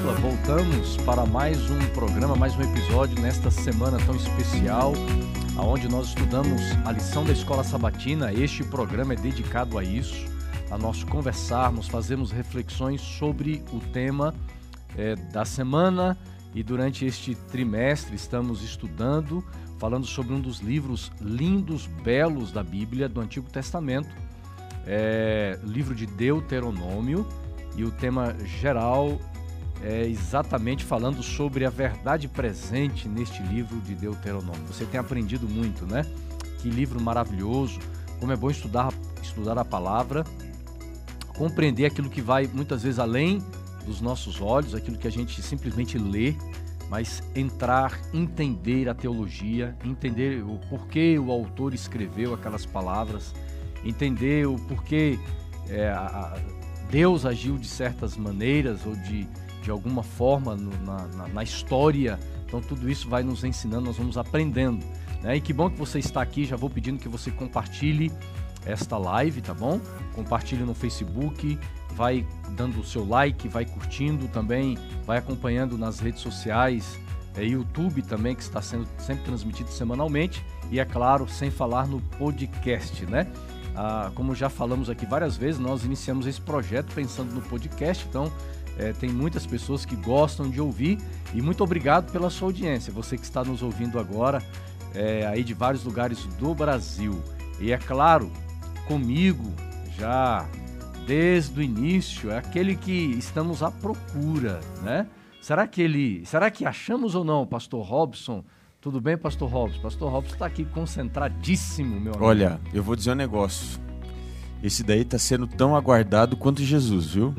Dupla, voltamos para mais um programa, mais um episódio nesta semana tão especial, onde nós estudamos a lição da Escola Sabatina. Este programa é dedicado a isso, a nós conversarmos, fazermos reflexões sobre o tema da semana, e durante este trimestre estamos estudando, falando sobre um dos livros lindos, belos da Bíblia, do Antigo Testamento, livro de Deuteronômio, e o tema geral é exatamente falando sobre a verdade presente neste livro de Deuteronômio. Você tem aprendido muito, né? Que livro maravilhoso, como é bom estudar a palavra, compreender aquilo que vai muitas vezes além dos nossos olhos, aquilo que a gente simplesmente lê, mas entender a teologia, entender o porquê o autor escreveu aquelas palavras, entender o porquê Deus agiu de certas maneiras ou de alguma forma na história. Então tudo isso vai nos ensinando, nós vamos aprendendo, né? E que bom que você está aqui. Já vou pedindo que você compartilhe esta live, tá bom? Compartilhe no Facebook, vai dando o seu like, vai curtindo também, vai acompanhando nas redes sociais, YouTube também, que está sendo sempre transmitido semanalmente, e é claro, sem falar no podcast, né? Como já falamos aqui várias vezes, nós iniciamos esse projeto pensando no podcast, então tem muitas pessoas que gostam de ouvir, e muito obrigado pela sua audiência, você que está nos ouvindo agora, aí de vários lugares do Brasil. E é claro, comigo, já desde o início, é aquele que estamos à procura, né? Será que achamos ou não, Pastor Robson? Tudo bem, Pastor Robson? Pastor Robson está aqui concentradíssimo, meu amigo. Olha, eu vou dizer um negócio. Esse daí está sendo tão aguardado quanto Jesus, viu?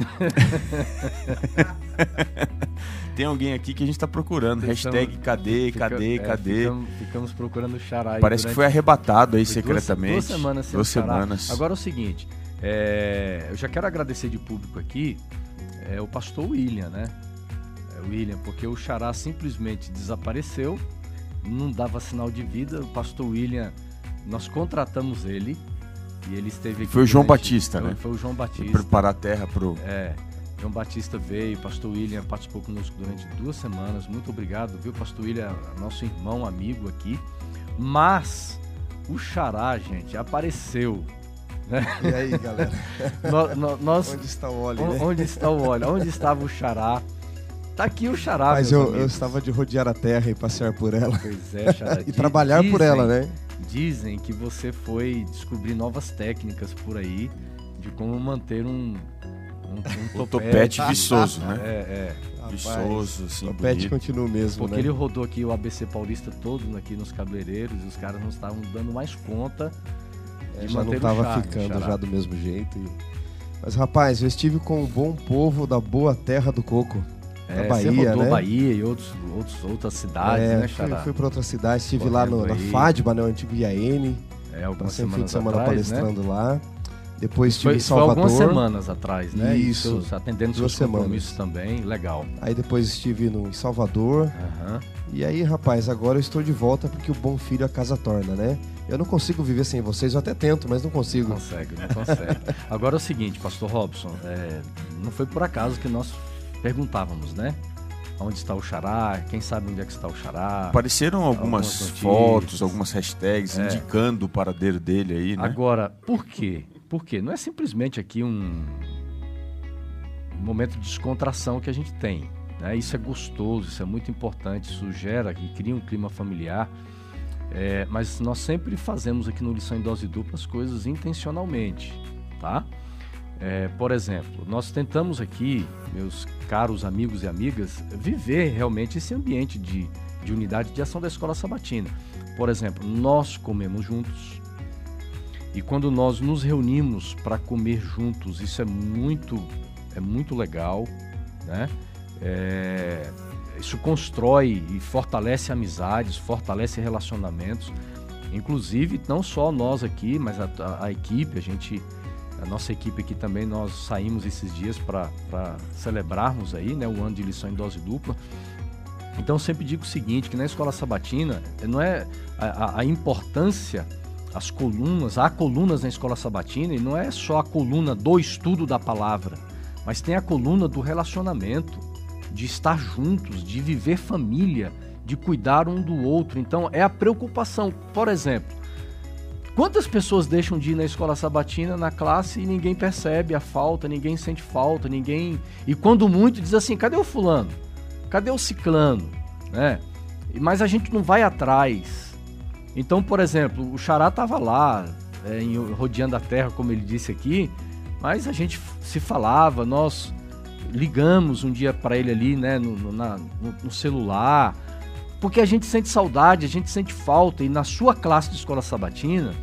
Tem alguém aqui que a gente está procurando. Hashtag cadê? Ficamos procurando o Xará. Parece que foi arrebatado aí secretamente. Duas semanas. Agora é o seguinte, eu já quero agradecer de público aqui o pastor William, né? William, porque o Xará simplesmente desapareceu, não dava sinal de vida. O pastor William, nós contratamos ele e ele esteve aqui. Foi o João Batista, né? Foi o João Batista. Preparar a terra pro... João Batista veio, pastor William participou conosco durante 2 semanas. Muito obrigado, viu, pastor William, nosso irmão, amigo aqui. Mas o Xará, gente, apareceu, né? E aí, galera? Onde está o óleo, né? Onde está o óleo? Onde estava o Xará? Tá aqui o Xará, mas eu estava de rodear a terra e passear por ela. Pois é, Xará. E trabalhar por ela, né? Dizem que você foi descobrir novas técnicas por aí de como manter um topete viçoso, né? Viçoso, assim, o topete continua mesmo, porque né? ele rodou aqui o ABC Paulista todo aqui nos cabeleireiros e os caras não estavam dando mais conta de já manter não estava ficando já do mesmo jeito. Mas, rapaz, eu estive com o bom povo da boa terra do coco. Da Bahia, você rodou, né? Bahia e outras cidades, né, Xará? Fui para outras cidades, estive lá na FADBA, né, o antigo IAN. Algumas fim de semana atrás, palestrando, né? Lá. Depois estive em Foi Salvador. algumas semanas atrás, né? Isso. Atendendo seus compromissos também, legal. Aí depois estive em Salvador. E aí, rapaz, agora eu estou de volta porque o bom filho a casa torna, né? Eu não consigo viver sem vocês, eu até tento, mas não consigo. Não consegue. Agora é o seguinte, pastor Robson, não foi por acaso que nós perguntávamos, né? Onde está o Xará? Quem sabe onde é que está o Xará? Apareceram algumas fotos, algumas hashtags indicando o paradeiro dele aí, né? Agora, por quê? Porque não é simplesmente aqui um momento de descontração que a gente tem, né? Isso é gostoso, isso é muito importante, isso gera e cria um clima familiar, mas nós sempre fazemos aqui no Lição em Dose Dupla as coisas intencionalmente, tá? Por exemplo, nós tentamos aqui, meus caros amigos e amigas, viver realmente esse ambiente de unidade de ação da Escola Sabatina. Por exemplo, nós comemos juntos, e quando nós nos reunimos para comer juntos, isso é muito legal, né? Isso constrói e fortalece amizades, fortalece relacionamentos. Inclusive, não só nós aqui, mas a equipe, a nossa equipe aqui também, nós saímos esses dias para celebrarmos aí, né, o ano de Lição em Dose Dupla. Então eu sempre digo o seguinte, que na Escola Sabatina não é a importância, há colunas na Escola Sabatina, e não é só a coluna do estudo da palavra, mas tem a coluna do relacionamento, de estar juntos, de viver família, de cuidar um do outro. Então é a preocupação. Por exemplo, quantas pessoas deixam de ir na escola sabatina, na classe, e ninguém percebe a falta, ninguém sente falta, ninguém... E quando muito diz assim, cadê o fulano? Cadê o ciclano? Né? Mas a gente não vai atrás. Então, por exemplo, o Xará estava lá, rodeando a terra, como ele disse aqui, mas a gente se falava, nós ligamos um dia para ele ali, né, no celular, porque a gente sente saudade, a gente sente falta. E na sua classe de escola sabatina,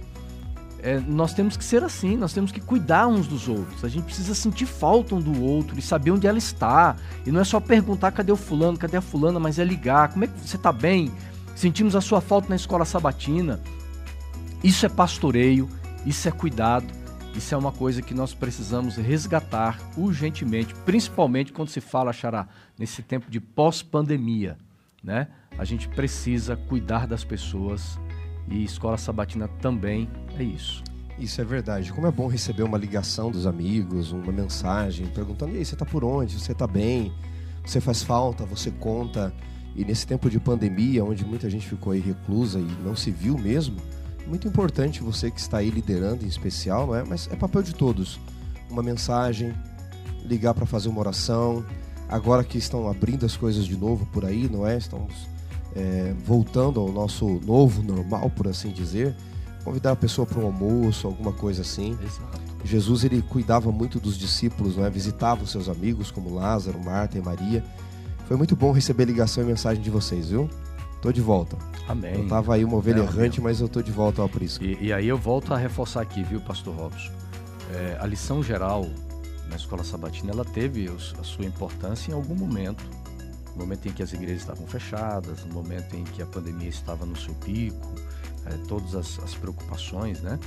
nós temos que ser assim, nós temos que cuidar uns dos outros. A gente precisa sentir falta um do outro e saber onde ela está. E não é só perguntar cadê o fulano, cadê a fulana, mas é ligar. Como é que você está bem? Sentimos a sua falta na escola sabatina. Isso é pastoreio, isso é cuidado, isso é uma coisa que nós precisamos resgatar urgentemente, principalmente quando se fala, Xará, nesse tempo de pós-pandemia, né? A gente precisa cuidar das pessoas e escola sabatina também é isso. Isso é verdade. Como é bom receber uma ligação dos amigos, uma mensagem, perguntando, e aí, você tá por onde? Você tá bem? Você faz falta? Você conta? E nesse tempo de pandemia, onde muita gente ficou aí reclusa e não se viu mesmo, é muito importante você que está aí liderando em especial, não é? Mas é papel de todos. Uma mensagem, ligar para fazer uma oração. Agora que estão abrindo as coisas de novo por aí, não é? Estamos voltando ao nosso novo normal, por assim dizer. Convidar a pessoa para um almoço, alguma coisa assim. Exato. Jesus, ele cuidava muito dos discípulos, não é? Visitava os seus amigos como Lázaro, Marta e Maria. Foi muito bom receber ligação e mensagem de vocês, viu? Tô de volta. Amém. Eu tava aí uma ovelha errante, mas eu tô de volta ao aprisco. E aí eu volto a reforçar aqui, viu, pastor Robson? A lição geral na escola sabatina, ela teve a sua importância em algum momento. No momento em que as igrejas estavam fechadas, no momento em que a pandemia estava no seu pico, todas as preocupações, né?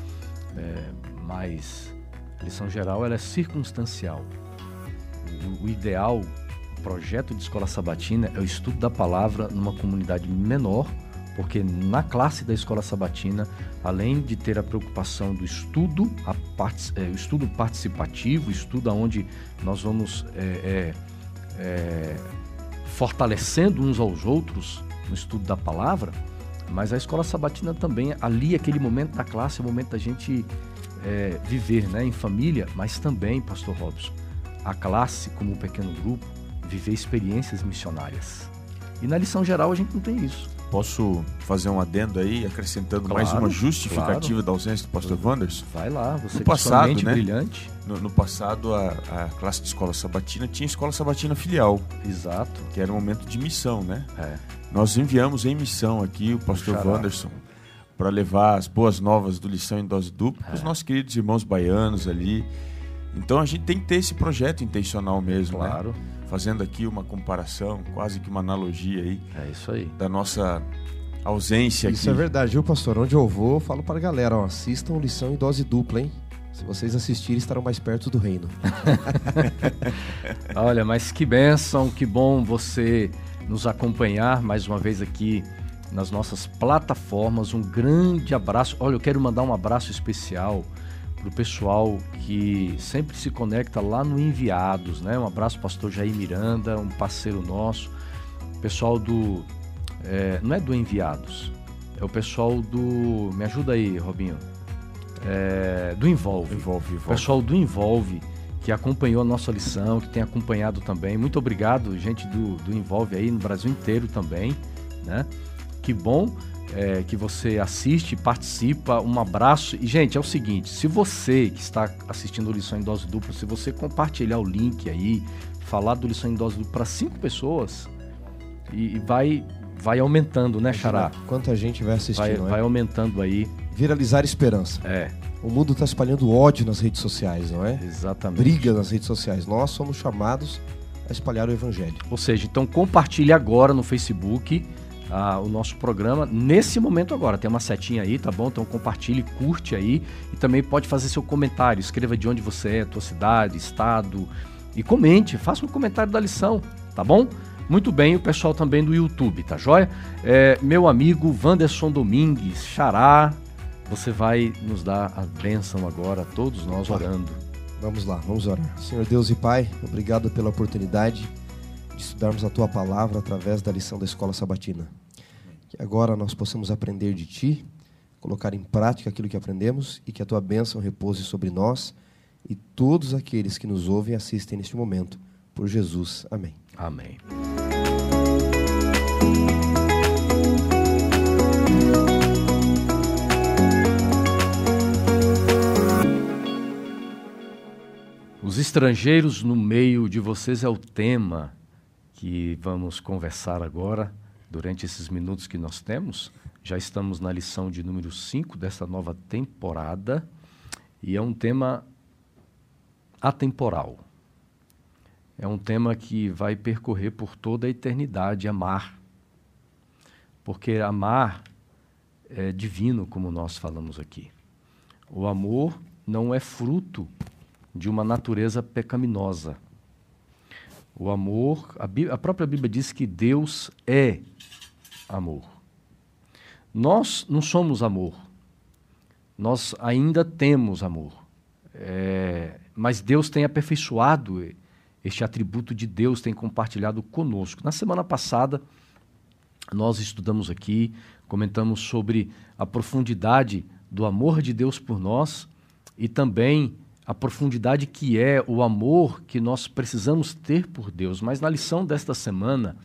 Mas a lição geral, ela é circunstancial. O ideal, o projeto de escola sabatina é o estudo da palavra numa comunidade menor, porque na classe da escola sabatina, além de ter a preocupação do estudo, o estudo participativo, o estudo onde nós vamos fortalecendo uns aos outros no estudo da palavra, mas a escola sabatina também, ali aquele momento da classe, é o momento da gente viver, né, em família, mas também, pastor Robson, a classe como um pequeno grupo, viver experiências missionárias. E na lição geral a gente não tem isso. Posso fazer um adendo aí, acrescentando mais uma justificativa da ausência do pastor Wanderson? Vai lá, você no passado, mente né, brilhante. No passado, a classe de escola sabatina tinha escola sabatina filial. Exato. Que era um momento de missão, né? Nós enviamos em missão aqui o pastor Wanderson para levar as boas novas do Lição em Dose Dupla para os nossos queridos irmãos baianos ali. Então a gente tem que ter esse projeto intencional mesmo, claro, né? Fazendo aqui uma comparação, quase que uma analogia aí. É isso aí. Da nossa ausência aqui. Isso é verdade, viu, pastor? Onde eu vou, eu falo para a galera, ó, assistam Lição em Dose Dupla, hein? Se vocês assistirem, estarão mais perto do reino. Olha, mas que bênção, que bom você nos acompanhar mais uma vez aqui nas nossas plataformas. Um grande abraço. Olha, eu quero mandar um abraço especial para o pessoal que sempre se conecta lá no Enviados, né? Um abraço, pastor Jair Miranda, um parceiro nosso. Pessoal do... não é do Enviados, é o pessoal do... Me ajuda aí, Robinho. Do Envolve. Envolve. Pessoal do Envolve, que acompanhou a nossa lição, que tem acompanhado também. Muito obrigado, gente do Envolve aí no Brasil inteiro também, né? Que bom que você assiste, participa, um abraço. E, gente, é o seguinte, se você que está assistindo o Lição em Dose Dupla, se você compartilhar o link aí, falar do Lição em Dose Dupla para 5 pessoas, e vai aumentando, né, Xará? Quanta gente vai assistir, não é? Vai aumentando aí. Viralizar esperança. O mundo está espalhando ódio nas redes sociais, não é? Exatamente. Briga nas redes sociais. Nós somos chamados a espalhar o evangelho. Ou seja, então compartilhe agora no Facebook o nosso programa, nesse momento agora. Tem uma setinha aí, tá bom? Então compartilhe, curte aí. E também pode fazer seu comentário. Escreva de onde você é, tua cidade, estado. E comente, faça um comentário da lição, tá bom? Muito bem, o pessoal também do YouTube, tá joia? Meu amigo Wanderson Domingues, Xará, você vai nos dar a bênção agora, todos nós orando. Vamos lá, vamos orar. Senhor Deus e Pai, obrigado pela oportunidade de estudarmos a Tua Palavra através da lição da Escola Sabatina. Que agora nós possamos aprender de Ti, colocar em prática aquilo que aprendemos e que a Tua bênção repouse sobre nós e todos aqueles que nos ouvem e assistem neste momento. Por Jesus. Amém. Amém. Os estrangeiros no meio de vocês é o tema que vamos conversar agora, durante esses minutos que nós temos. Já estamos na lição de número 5 dessa nova temporada, e é um tema atemporal. É um tema que vai percorrer por toda a eternidade, amar. Porque amar é divino, como nós falamos aqui. O amor não é fruto de uma natureza pecaminosa. O amor, a própria Bíblia diz que Deus é amor. Nós não somos amor. Nós ainda temos amor. Mas Deus tem aperfeiçoado este atributo de Deus, tem compartilhado conosco. Na semana passada, nós estudamos aqui, comentamos sobre a profundidade do amor de Deus por nós e também a profundidade que é o amor que nós precisamos ter por Deus. Mas na lição desta semana,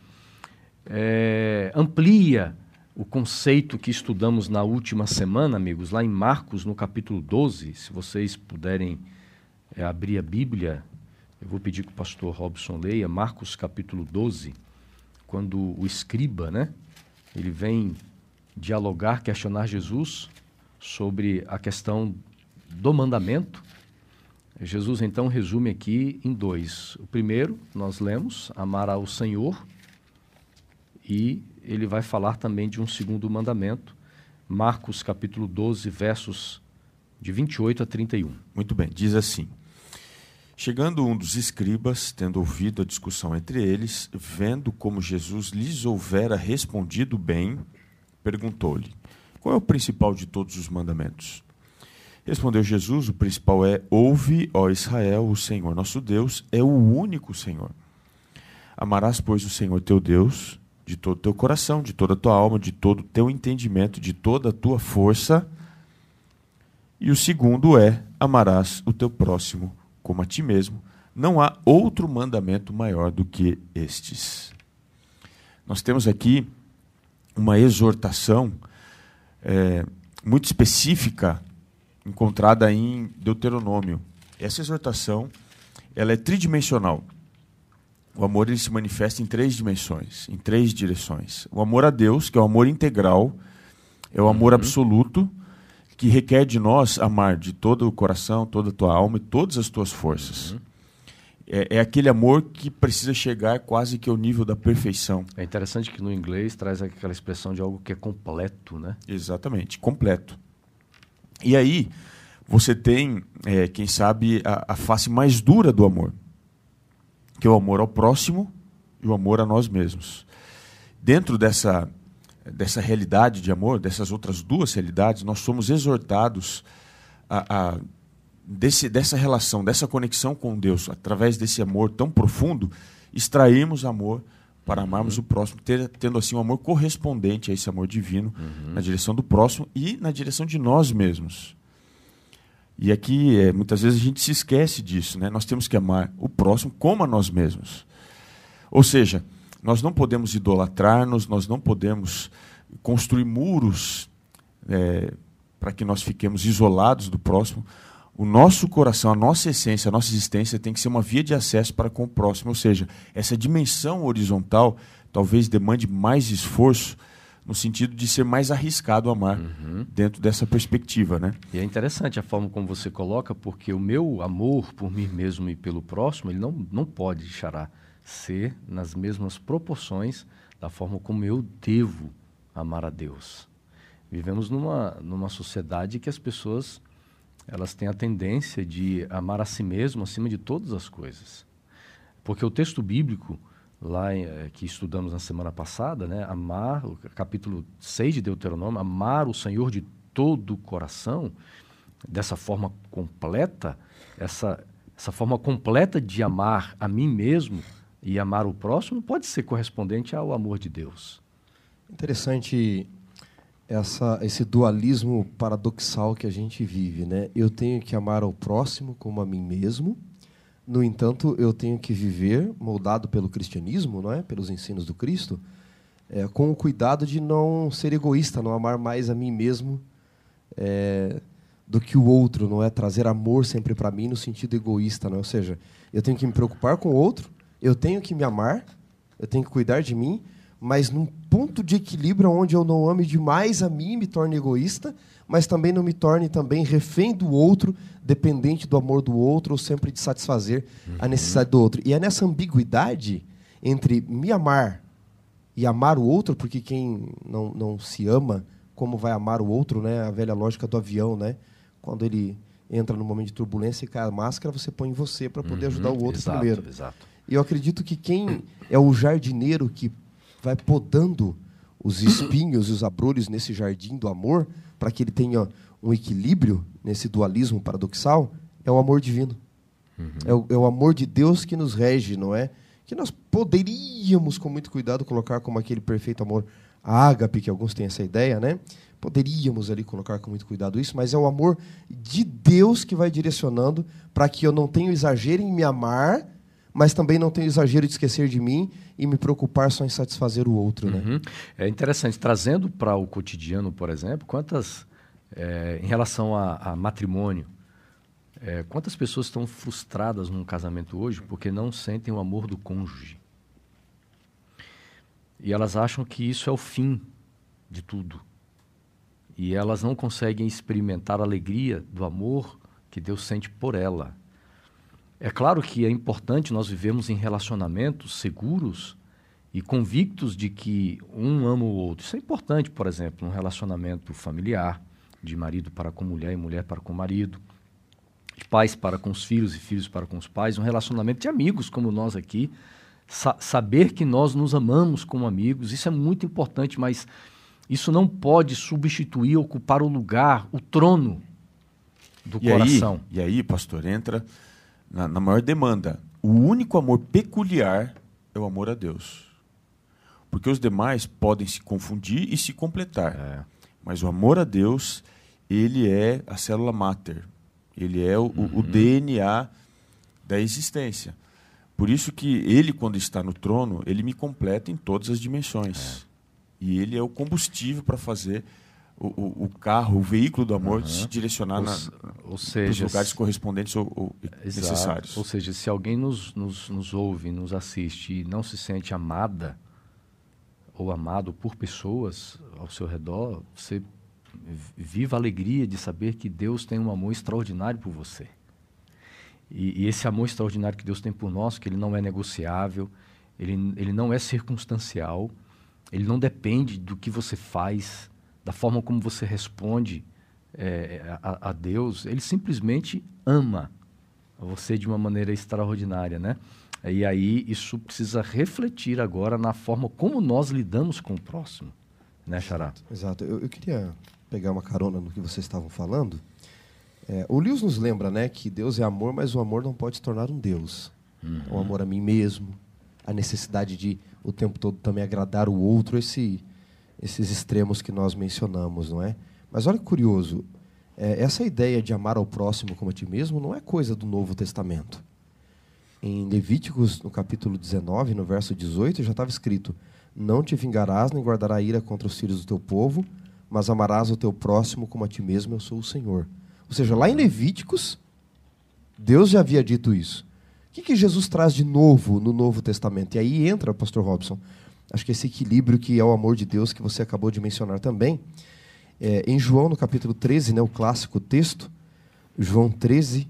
amplia o conceito que estudamos na última semana, amigos, lá em Marcos, no capítulo 12. Se vocês puderem abrir a Bíblia, eu vou pedir que o pastor Robson leia Marcos capítulo 12, quando o escriba, ele vem dialogar, questionar Jesus sobre a questão do mandamento. Jesus, então, resume aqui em 2. O primeiro, nós lemos, amar ao Senhor, e ele vai falar também de um segundo mandamento, Marcos capítulo 12, versos de 28 a 31. Muito bem, diz assim: chegando um dos escribas, tendo ouvido a discussão entre eles, vendo como Jesus lhes houvera respondido bem, perguntou-lhe: qual é o principal de todos os mandamentos? Respondeu Jesus: o principal é: ouve, ó Israel, o Senhor nosso Deus é o único Senhor. Amarás, pois, o Senhor teu Deus de todo o teu coração, de toda a tua alma, de todo o teu entendimento, de toda a tua força. E o segundo é: amarás o teu próximo como a ti mesmo. Não há outro mandamento maior do que estes. Nós temos aqui uma exortação muito específica encontrada em Deuteronômio. Essa exortação, ela é tridimensional. O amor, ele se manifesta em 3 dimensões, em 3 direções. O amor a Deus, que é o amor integral, é o amor absoluto, que requer de nós amar de todo o coração, toda a tua alma e todas as tuas forças. É aquele amor que precisa chegar quase que ao nível da perfeição. É interessante que no inglês traz aquela expressão de algo que é completo, né? Exatamente, completo. E aí, você tem, quem sabe, a face mais dura do amor, que é o amor ao próximo e o amor a nós mesmos. Dentro dessa realidade de amor, dessas outras 2 realidades, nós somos exortados dessa relação, dessa conexão com Deus, através desse amor tão profundo, extrairmos amor para amarmos o próximo, tendo assim um amor correspondente a esse amor divino na direção do próximo e na direção de nós mesmos. E aqui, muitas vezes, a gente se esquece disso, né? Nós temos que amar o próximo como a nós mesmos. Ou seja, nós não podemos idolatrar-nos, nós não podemos construir muros para que nós fiquemos isolados do próximo. O nosso coração, a nossa essência, a nossa existência tem que ser uma via de acesso para com o próximo. Ou seja, essa dimensão horizontal talvez demande mais esforço no sentido de ser mais arriscado amar dentro dessa perspectiva, né? E é interessante a forma como você coloca, porque o meu amor por mim mesmo e pelo próximo, ele não pode, Xará, ser nas mesmas proporções da forma como eu devo amar a Deus. Vivemos numa sociedade que as pessoas, elas têm a tendência de amar a si mesmo acima de todas as coisas. Porque o texto bíblico, lá que estudamos na semana passada, amar, o capítulo 6 de Deuteronômio, amar o Senhor de todo o coração, dessa forma completa, essa forma completa de amar a mim mesmo, E amar o próximo pode ser correspondente ao amor de Deus. Interessante esse dualismo paradoxal que a gente vive, né? Eu tenho que amar ao próximo como a mim mesmo. No entanto, eu tenho que viver moldado pelo cristianismo, não é? Pelos ensinos do Cristo, com o cuidado de não ser egoísta, não amar mais a mim mesmo do que o outro, não é? Trazer amor sempre para mim no sentido egoísta, não é? Ou seja, eu tenho que me preocupar com o outro, eu tenho que me amar, eu tenho que cuidar de mim, mas num ponto de equilíbrio onde eu não ame demais a mim, me torne egoísta, mas também não me torne também refém do outro, dependente do amor do outro, ou sempre de satisfazer a necessidade do outro. E é nessa ambiguidade entre me amar e amar o outro, porque quem não se ama, como vai amar o outro, né? A velha lógica do avião, né? Quando ele entra num momento de turbulência e cai a máscara, você põe em você para poder ajudar o outro primeiro. Exato. E eu acredito que quem é o jardineiro que vai podando os espinhos e os abrolhos nesse jardim do amor, para que ele tenha um equilíbrio nesse dualismo paradoxal, é o amor divino. É o amor de Deus que nos rege, não é? Que nós poderíamos, com muito cuidado, colocar como aquele perfeito amor ágape, que alguns têm essa ideia, né? Poderíamos ali colocar com muito cuidado isso, mas é o amor de Deus que vai direcionando para que eu não tenha exagero em me amar, mas também não tenho exagero de esquecer de mim e me preocupar só em satisfazer o outro, né? É interessante, trazendo para o cotidiano, por exemplo, em relação a matrimônio, quantas pessoas estão frustradas num casamento hoje porque não sentem o amor do cônjuge? E elas acham que isso é o fim de tudo. E elas não conseguem experimentar a alegria do amor que Deus sente por ela. É claro que é importante nós vivermos em relacionamentos seguros e convictos de que um ama o outro. Isso é importante, por exemplo, num relacionamento familiar, de marido para com mulher e mulher para com o marido, de pais para com os filhos e filhos para com os pais, um relacionamento de amigos como nós aqui, saber que nós nos amamos como amigos, isso é muito importante, mas isso não pode substituir, ocupar o lugar, o trono do coração. E aí, pastor, entra na maior demanda. O único amor peculiar é o amor a Deus. Porque os demais podem se confundir e se completar. Mas o amor a Deus, ele é a célula máter. Ele é o DNA da existência. Por isso que ele, quando está no trono, ele me completa em todas as dimensões. E ele é o combustível para fazer o carro, o veículo do amor se direcionar nos lugares correspondentes ou necessários. Ou seja, se alguém nos ouve, nos assiste e não se sente amada ou amado por pessoas ao seu redor, você viva a alegria de saber que Deus tem um amor extraordinário por você. E esse amor extraordinário que Deus tem por nós, que ele não é negociável, ele não é circunstancial, ele não depende do que você faz, da forma como você responde a Deus, ele simplesmente ama você de uma maneira extraordinária, né? E aí isso precisa refletir agora na forma como nós lidamos com o próximo, né, Xará? Exato. Eu queria pegar uma carona no que vocês estavam falando. O Lewis nos lembra, né, que Deus é amor, mas o amor não pode se tornar um Deus. O amor a mim mesmo, a necessidade de o tempo todo também agradar o outro, esses extremos que nós mencionamos, não é? Mas olha que curioso, essa ideia de amar ao próximo como a ti mesmo não é coisa do Novo Testamento. Em Levíticos, no capítulo 19, no verso 18, já estava escrito: não te vingarás nem guardarás ira contra os filhos do teu povo, mas amarás o teu próximo como a ti mesmo, eu sou o Senhor. Ou seja, lá em Levíticos, Deus já havia dito isso. O que Jesus traz de novo no Novo Testamento? E aí entra, pastor Robson, acho que esse equilíbrio que é o amor de Deus, que você acabou de mencionar também. Em João, no capítulo 13, né, o clássico texto, João 13,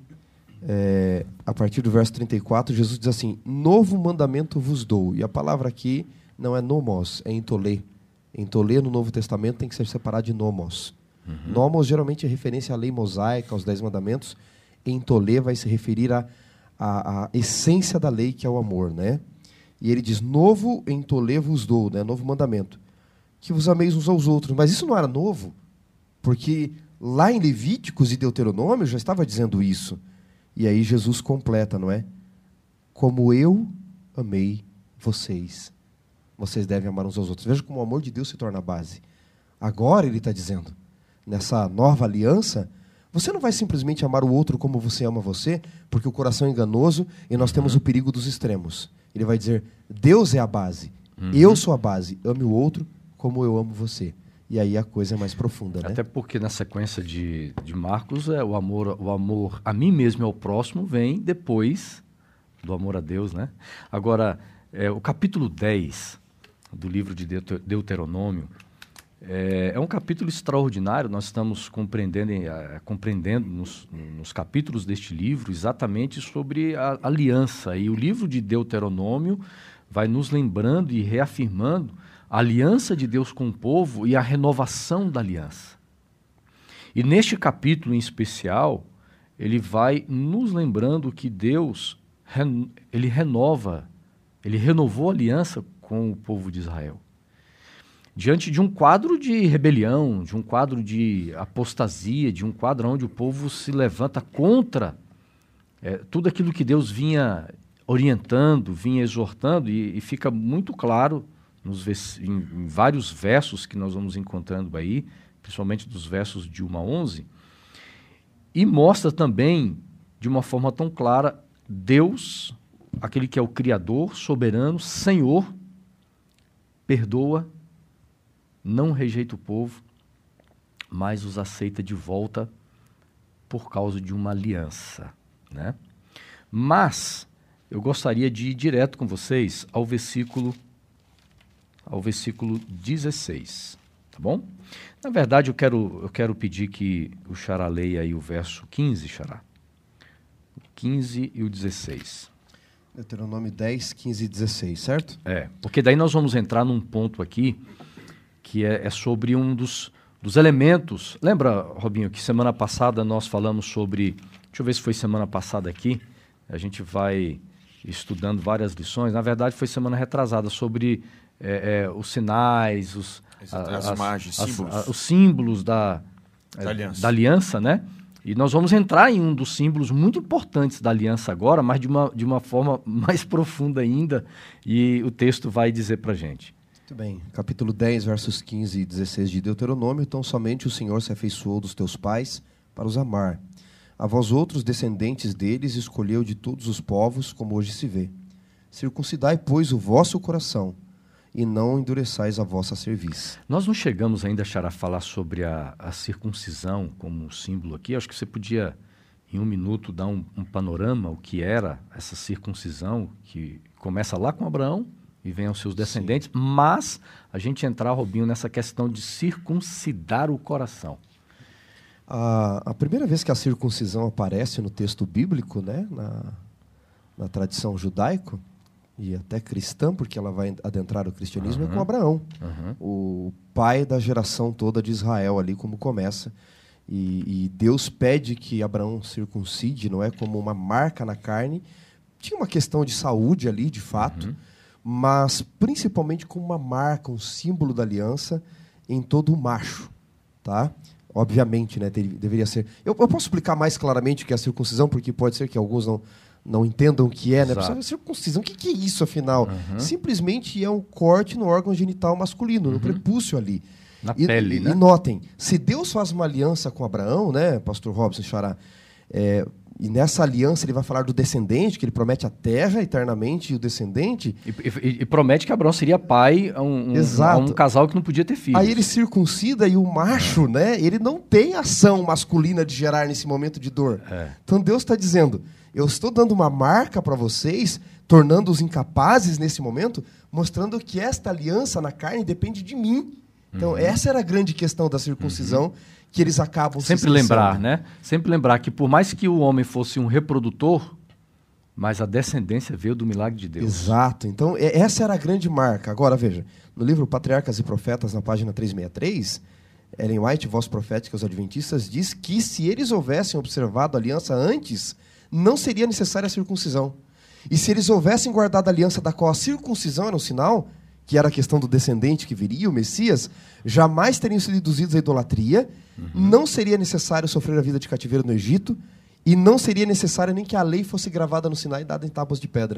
a partir do verso 34, Jesus diz assim: novo mandamento vos dou. E a palavra aqui não é nomos, é entolê. Entolê no Novo Testamento tem que ser separado de nomos. Nomos geralmente é referência à lei mosaica, aos 10 mandamentos. Entolê vai se referir à essência da lei, que é o amor, né? E ele diz: novo entolê vos dou, né? Novo mandamento, que vos ameis uns aos outros. Mas isso não era novo, porque lá em Levíticos e Deuteronômio já estava dizendo isso. E aí Jesus completa, não é? Como eu amei vocês. Vocês devem amar uns aos outros. Veja como o amor de Deus se torna a base. Agora ele está dizendo, nessa nova aliança, você não vai simplesmente amar o outro como você ama você, porque o coração é enganoso e nós temos o perigo dos extremos. Ele vai dizer, Deus é a base, eu sou a base, ame o outro como eu amo você. E aí a coisa é mais profunda, né? Até porque na sequência de Marcos, o amor a mim mesmo e ao próximo vem depois do amor a Deus, né? Agora, o capítulo 10 do livro de Deuteronômio é um capítulo extraordinário. Nós estamos compreendendo nos capítulos deste livro exatamente sobre a aliança. E o livro de Deuteronômio vai nos lembrando e reafirmando a aliança de Deus com o povo e a renovação da aliança. E neste capítulo em especial, ele vai nos lembrando que Deus, ele renovou a aliança com o povo de Israel. Diante de um quadro de rebelião, de um quadro de apostasia, de um quadro onde o povo se levanta contra tudo aquilo que Deus vinha orientando, vinha exortando, e fica muito claro em vários versos que nós vamos encontrando aí, principalmente dos versos de 1 a 11, e mostra também, de uma forma tão clara, Deus, aquele que é o Criador, soberano, Senhor, perdoa, não rejeita o povo, mas os aceita de volta por causa de uma aliança, né? Mas eu gostaria de ir direto com vocês ao versículo 16, tá bom? Na verdade, eu quero pedir que o Xará leia aí o verso 15, Xará. O 15 e o 16. Deuteronômio 10, 15 e 16, certo? Porque daí nós vamos entrar num ponto aqui que é sobre um dos elementos. Lembra, Robinho, que semana passada nós falamos sobre... Deixa eu ver se foi semana passada aqui. A gente vai estudando várias lições. Na verdade, foi semana retrasada sobre os sinais, as imagens, os símbolos da aliança, né? E nós vamos entrar em um dos símbolos muito importantes da aliança agora, mas de uma forma mais profunda ainda, e o texto vai dizer para a gente. Muito bem. Capítulo 10, versos 15 e 16 de Deuteronômio. Então somente o Senhor se afeiçoou dos teus pais para os amar. A vós outros, descendentes deles, escolheu de todos os povos, como hoje se vê. Circuncidai, pois, o vosso coração, e não endureçais a vossa cerviz. Nós não chegamos ainda, Xará, a falar sobre a circuncisão como símbolo aqui. Acho que você podia, em um minuto, dar um panorama, o que era essa circuncisão, que começa lá com Abraão e vem aos seus descendentes. Sim. Mas a gente entrar, Robinho, nessa questão de circuncidar o coração. A primeira vez que a circuncisão aparece no texto bíblico, né, na tradição judaica, e até cristã, porque ela vai adentrar o cristianismo, é com Abraão, o pai da geração toda de Israel, ali como começa. E Deus pede que Abraão circuncide, não é como uma marca na carne. Tinha uma questão de saúde ali, de fato, mas principalmente como uma marca, um símbolo da aliança em todo o macho, tá? Obviamente, né, deveria ser... Eu posso explicar mais claramente o que é a circuncisão, porque pode ser que alguns não entendam o que é, né? Circuncisão, o que é isso, afinal? Simplesmente é um corte no órgão genital masculino, no prepúcio ali. Na pele, né? E notem, se Deus faz uma aliança com Abraão, né, pastor Robson, Xará, e nessa aliança ele vai falar do descendente, que ele promete a terra eternamente, e o descendente... E promete que Abraão seria pai a um casal que não podia ter filhos. Aí ele circuncida e o macho, né, ele não tem ação masculina de gerar nesse momento de dor. Então Deus está dizendo, eu estou dando uma marca para vocês, tornando-os incapazes nesse momento, mostrando que esta aliança na carne depende de mim. Então essa era a grande questão da circuncisão, que eles acabam sempre lembrar, né? Sempre lembrar que por mais que o homem fosse um reprodutor, mas a descendência veio do milagre de Deus. Exato. Então essa era a grande marca. Agora veja, no livro Patriarcas e Profetas, na página 363, Ellen White, voz profética aos adventistas, diz que se eles houvessem observado a aliança antes, não seria necessária a circuncisão. E se eles houvessem guardado a aliança da qual a circuncisão era um sinal, que era a questão do descendente que viria, o Messias, jamais teriam sido induzidos à idolatria, não seria necessário sofrer a vida de cativeiro no Egito, e não seria necessário nem que a lei fosse gravada no Sinai e dada em tábuas de pedra.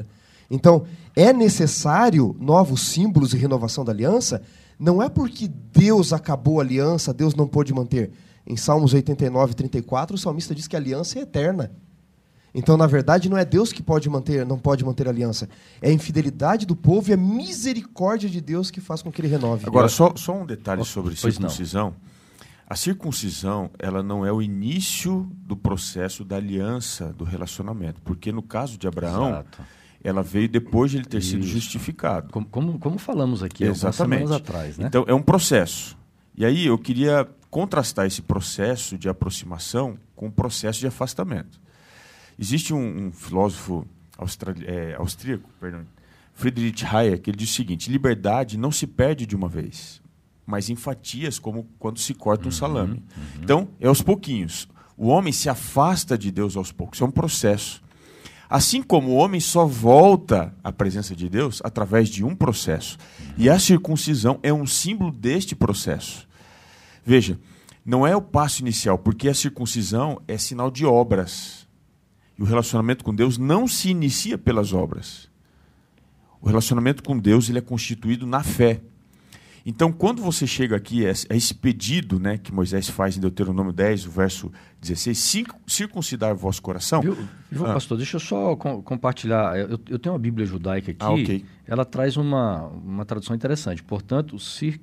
Então, é necessário novos símbolos e renovação da aliança? Não é porque Deus acabou a aliança, Deus não pôde manter. Em Salmos 89, 34, o salmista diz que a aliança é eterna. Então, na verdade, não é Deus que não pode manter a aliança. É a infidelidade do povo e a misericórdia de Deus que faz com que ele renove. Agora, só um detalhe sobre circuncisão. A circuncisão, ela não é o início do processo da aliança, do relacionamento. Porque no caso de Abraão, ela veio depois de ele ter sido justificado. Como falamos aqui algumas semanas atrás, né? Então, é um processo. E aí eu queria contrastar esse processo de aproximação com o processo de afastamento. Existe um filósofo austríaco, Friedrich Hayek, ele diz o seguinte: liberdade não se perde de uma vez, mas em fatias, como quando se corta um salame. Então, é aos pouquinhos. O homem se afasta de Deus aos poucos. É um processo. Assim como o homem só volta à presença de Deus através de um processo. E a circuncisão é um símbolo deste processo. Veja, não é o passo inicial, porque a circuncisão é sinal de obras. E o relacionamento com Deus não se inicia pelas obras. O relacionamento com Deus ele é constituído na fé. Então, quando você chega aqui, é esse pedido, né, que Moisés faz em Deuteronômio 10, o verso 16, circuncidar o vosso coração. Viu, pastor, deixa eu só compartilhar. Eu tenho uma Bíblia judaica aqui, ok. Ela traz uma tradução interessante. Portanto,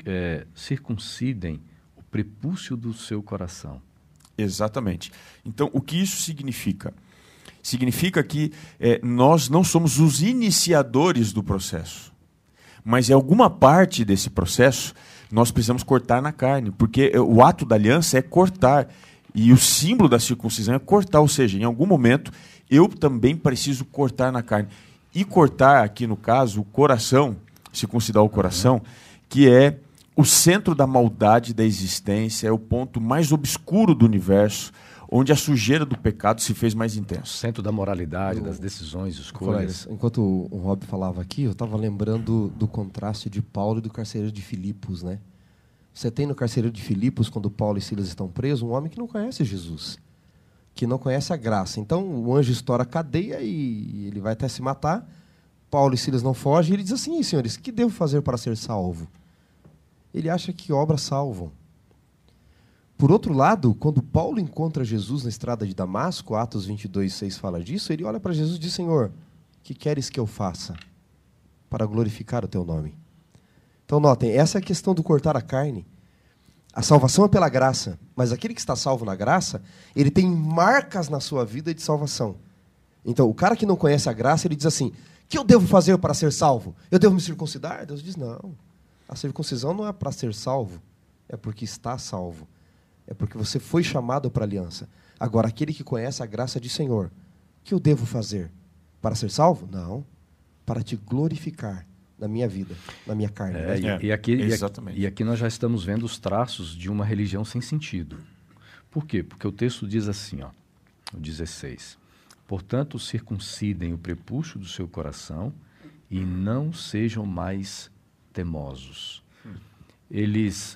circuncidem o prepúcio do seu coração. Exatamente. Então, o que isso significa? Significa que nós não somos os iniciadores do processo. Mas em alguma parte desse processo, nós precisamos cortar na carne, porque o ato da aliança é cortar, e o símbolo da circuncisão é cortar, ou seja, em algum momento, eu também preciso cortar na carne. E cortar, aqui no caso, o coração, circuncidar o coração, que é o centro da maldade da existência, é o ponto mais obscuro do universo, onde a sujeira do pecado se fez mais intensa. O centro da moralidade, das decisões, escolhas. Enquanto o Rob falava aqui, eu estava lembrando do contraste de Paulo e do carcereiro de Filipos, né? Você tem no carcereiro de Filipos, quando Paulo e Silas estão presos, um homem que não conhece Jesus, que não conhece a graça. Então, o anjo estoura a cadeia e ele vai até se matar. Paulo e Silas não fogem e ele diz assim: senhores, que devo fazer para ser salvo? Ele acha que obras salvam. Por outro lado, quando Paulo encontra Jesus na estrada de Damasco, Atos 22:6 fala disso, ele olha para Jesus e diz: Senhor, que queres que eu faça para glorificar o teu nome? Então, notem, essa é a questão do cortar a carne. A salvação é pela graça, mas aquele que está salvo na graça, ele tem marcas na sua vida de salvação. Então, o cara que não conhece a graça, ele diz assim: o que eu devo fazer para ser salvo? Eu devo me circuncidar? Deus diz: não. A circuncisão não é para ser salvo, é porque está salvo. É porque você foi chamado para a aliança. Agora, aquele que conhece a graça de Senhor, o que eu devo fazer? Para ser salvo? Não. Para te glorificar na minha vida, na minha carne. E aqui nós já estamos vendo os traços de uma religião sem sentido. Por quê? Porque o texto diz assim, ó, o 16. Portanto, circuncidem o prepúcio do seu coração e não sejam mais temosos. Eles...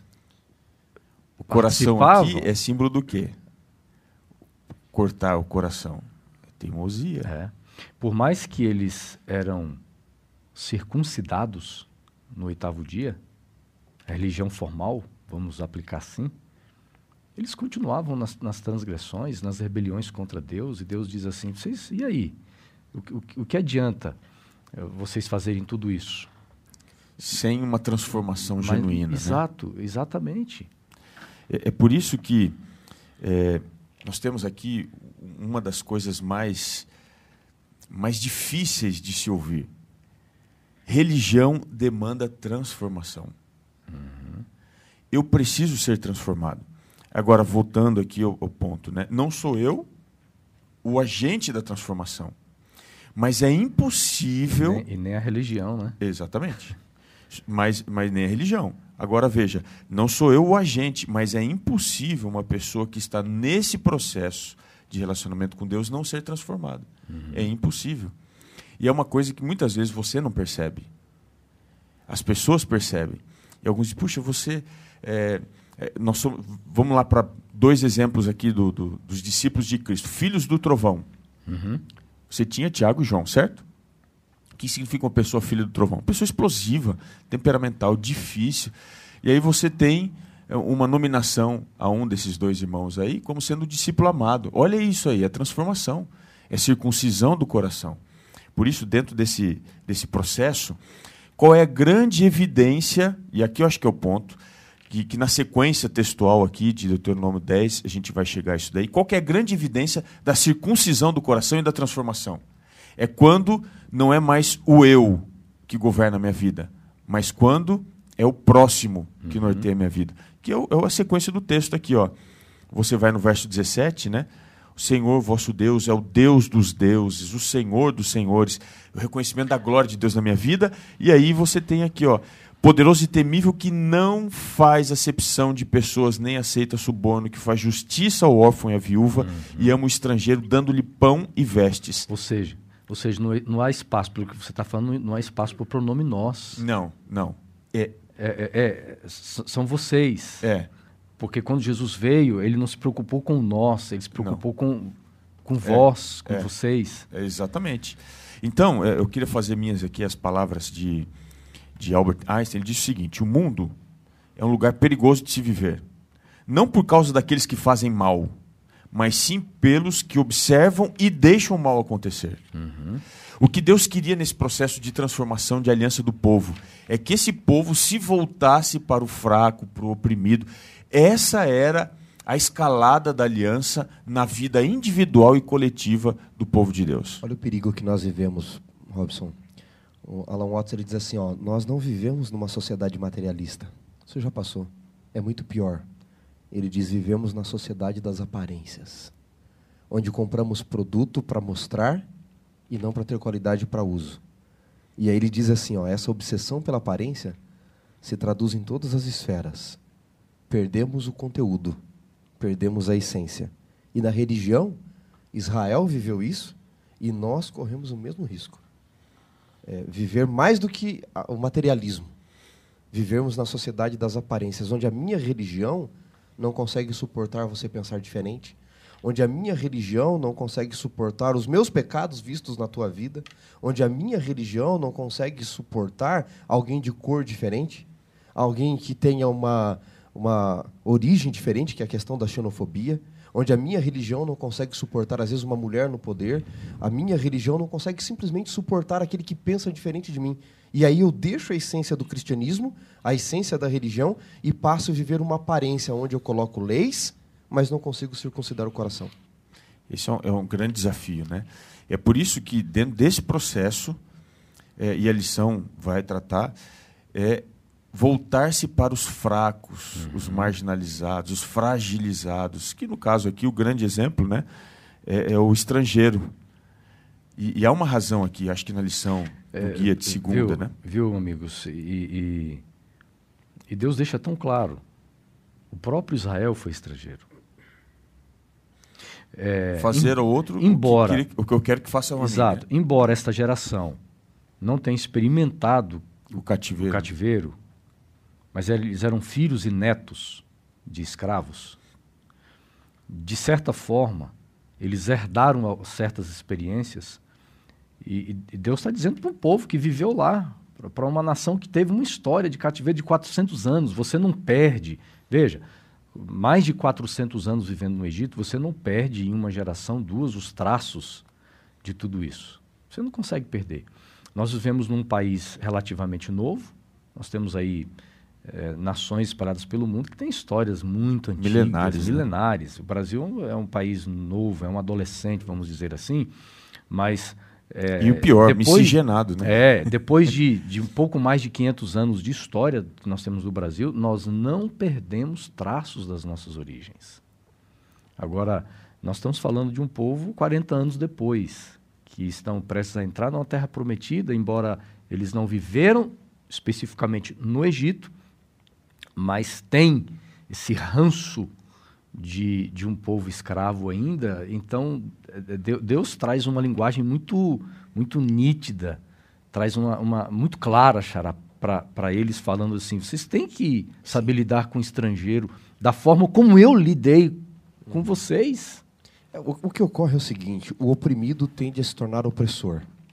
O coração aqui é símbolo do quê? Cortar o coração. Teimosia. Por mais que eles eram circuncidados no 8º dia, a religião formal, vamos aplicar assim, eles continuavam nas transgressões, nas rebeliões contra Deus, e Deus diz assim: vocês, e aí? O que adianta vocês fazerem tudo isso? Sem uma transformação genuína. Exato, né? Exatamente. É por isso que nós temos aqui uma das coisas mais difíceis de se ouvir. Religião demanda transformação. Eu preciso ser transformado. Agora, voltando aqui ao ponto, né? Não sou eu o agente da transformação. Mas é impossível... E nem a religião, né? Exatamente. Mas nem a religião. Agora, veja, não sou eu o agente, mas é impossível uma pessoa que está nesse processo de relacionamento com Deus não ser transformada. É impossível. E é uma coisa que muitas vezes você não percebe. As pessoas percebem. E alguns dizem: puxa, você... vamos lá para 2 exemplos aqui dos discípulos de Cristo. Filhos do trovão. Você tinha Tiago e João, certo? O que significa uma pessoa filha do trovão? Uma pessoa explosiva, temperamental, difícil. E aí você tem uma nominação a um desses dois irmãos aí como sendo o discípulo amado. Olha isso aí, é transformação, é circuncisão do coração. Por isso, dentro desse processo, qual é a grande evidência, e aqui eu acho que é o ponto, que na sequência textual aqui de Deuteronômio 10, a gente vai chegar a isso daí, qual que é a grande evidência da circuncisão do coração e da transformação? É quando não é mais o eu que governa a minha vida, mas quando é o próximo que norteia a minha vida. Que é a sequência do texto aqui, ó. Você vai no verso 17, né? O Senhor, vosso Deus, é o Deus dos deuses, o Senhor dos senhores, o reconhecimento da glória de Deus na minha vida. E aí você tem aqui, ó, poderoso e temível, que não faz acepção de pessoas, nem aceita suborno, que faz justiça ao órfão e à viúva, e ama o estrangeiro, dando-lhe pão e vestes. Ou seja, não há espaço, pelo que você está falando, não há espaço para o pronome nós. Não. São vocês. Porque quando Jesus veio, ele não se preocupou com nós, ele se preocupou com vós, com vocês. Exatamente. Então, eu queria fazer minhas aqui as palavras de Albert Einstein. Ele disse o seguinte: o mundo é um lugar perigoso de se viver, não por causa daqueles que fazem mal, mas sim pelos que observam e deixam o mal acontecer. O que Deus queria nesse processo de transformação, de aliança do povo, é que esse povo se voltasse para o fraco, para o oprimido. Essa era a escalada da aliança na vida individual e coletiva do povo de Deus. Olha o perigo que nós vivemos, Robson. O Alan Watts ele diz assim, ó, nós não vivemos numa sociedade materialista. Isso já passou. É muito pior. Ele diz, vivemos na sociedade das aparências, onde compramos produto para mostrar e não para ter qualidade para uso. E aí ele diz assim, ó, essa obsessão pela aparência se traduz em todas as esferas. Perdemos o conteúdo, perdemos a essência. E na religião, Israel viveu isso e nós corremos o mesmo risco. Viver mais do que o materialismo. Vivermos na sociedade das aparências, onde a minha religião não consegue suportar você pensar diferente, onde a minha religião não consegue suportar os meus pecados vistos na tua vida, onde a minha religião não consegue suportar alguém de cor diferente, alguém que tenha uma origem diferente, que é a questão da xenofobia, onde a minha religião não consegue suportar, às vezes, uma mulher no poder, a minha religião não consegue simplesmente suportar aquele que pensa diferente de mim. E aí eu deixo a essência do cristianismo, a essência da religião, e passo a viver uma aparência onde eu coloco leis, mas não consigo circuncidar o coração. Esse é um grande desafio, né? É por isso que, dentro desse processo, e a lição vai tratar, voltar-se para os fracos, os marginalizados, os fragilizados, que no caso aqui o grande exemplo, né, é o estrangeiro. E há uma razão aqui, acho que na lição do guia de segunda, né? Viu, amigos? E Deus deixa tão claro, o próprio Israel foi estrangeiro. Fazer ao outro o que eu quero que faça a mim. Exato. Né? Embora esta geração não tenha experimentado o cativeiro, mas eles eram filhos e netos de escravos. De certa forma, eles herdaram certas experiências e Deus está dizendo para um povo que viveu lá, para uma nação que teve uma história de cativeiro de 400 anos. Você não perde. Veja, mais de 400 anos vivendo no Egito, você não perde em uma geração, duas, os traços de tudo isso. Você não consegue perder. Nós vivemos num país relativamente novo, nós temos aí nações espalhadas pelo mundo que têm histórias muito antigas, milenares. O Brasil é um país novo, é um adolescente, vamos dizer assim, mas... e o pior, miscigenado, né? Depois de um pouco mais de 500 anos de história que nós temos no Brasil, nós não perdemos traços das nossas origens. Agora, nós estamos falando de um povo 40 anos depois, que estão prestes a entrar numa terra prometida, embora eles não viveram especificamente no Egito, mas tem esse ranço de um povo escravo ainda. Então, Deus traz uma linguagem muito, muito nítida, traz uma muito clara, Xará, para eles, falando assim, vocês têm que saber lidar com o estrangeiro da forma como eu lidei com vocês. O que ocorre é o seguinte, o oprimido tende a se tornar opressor.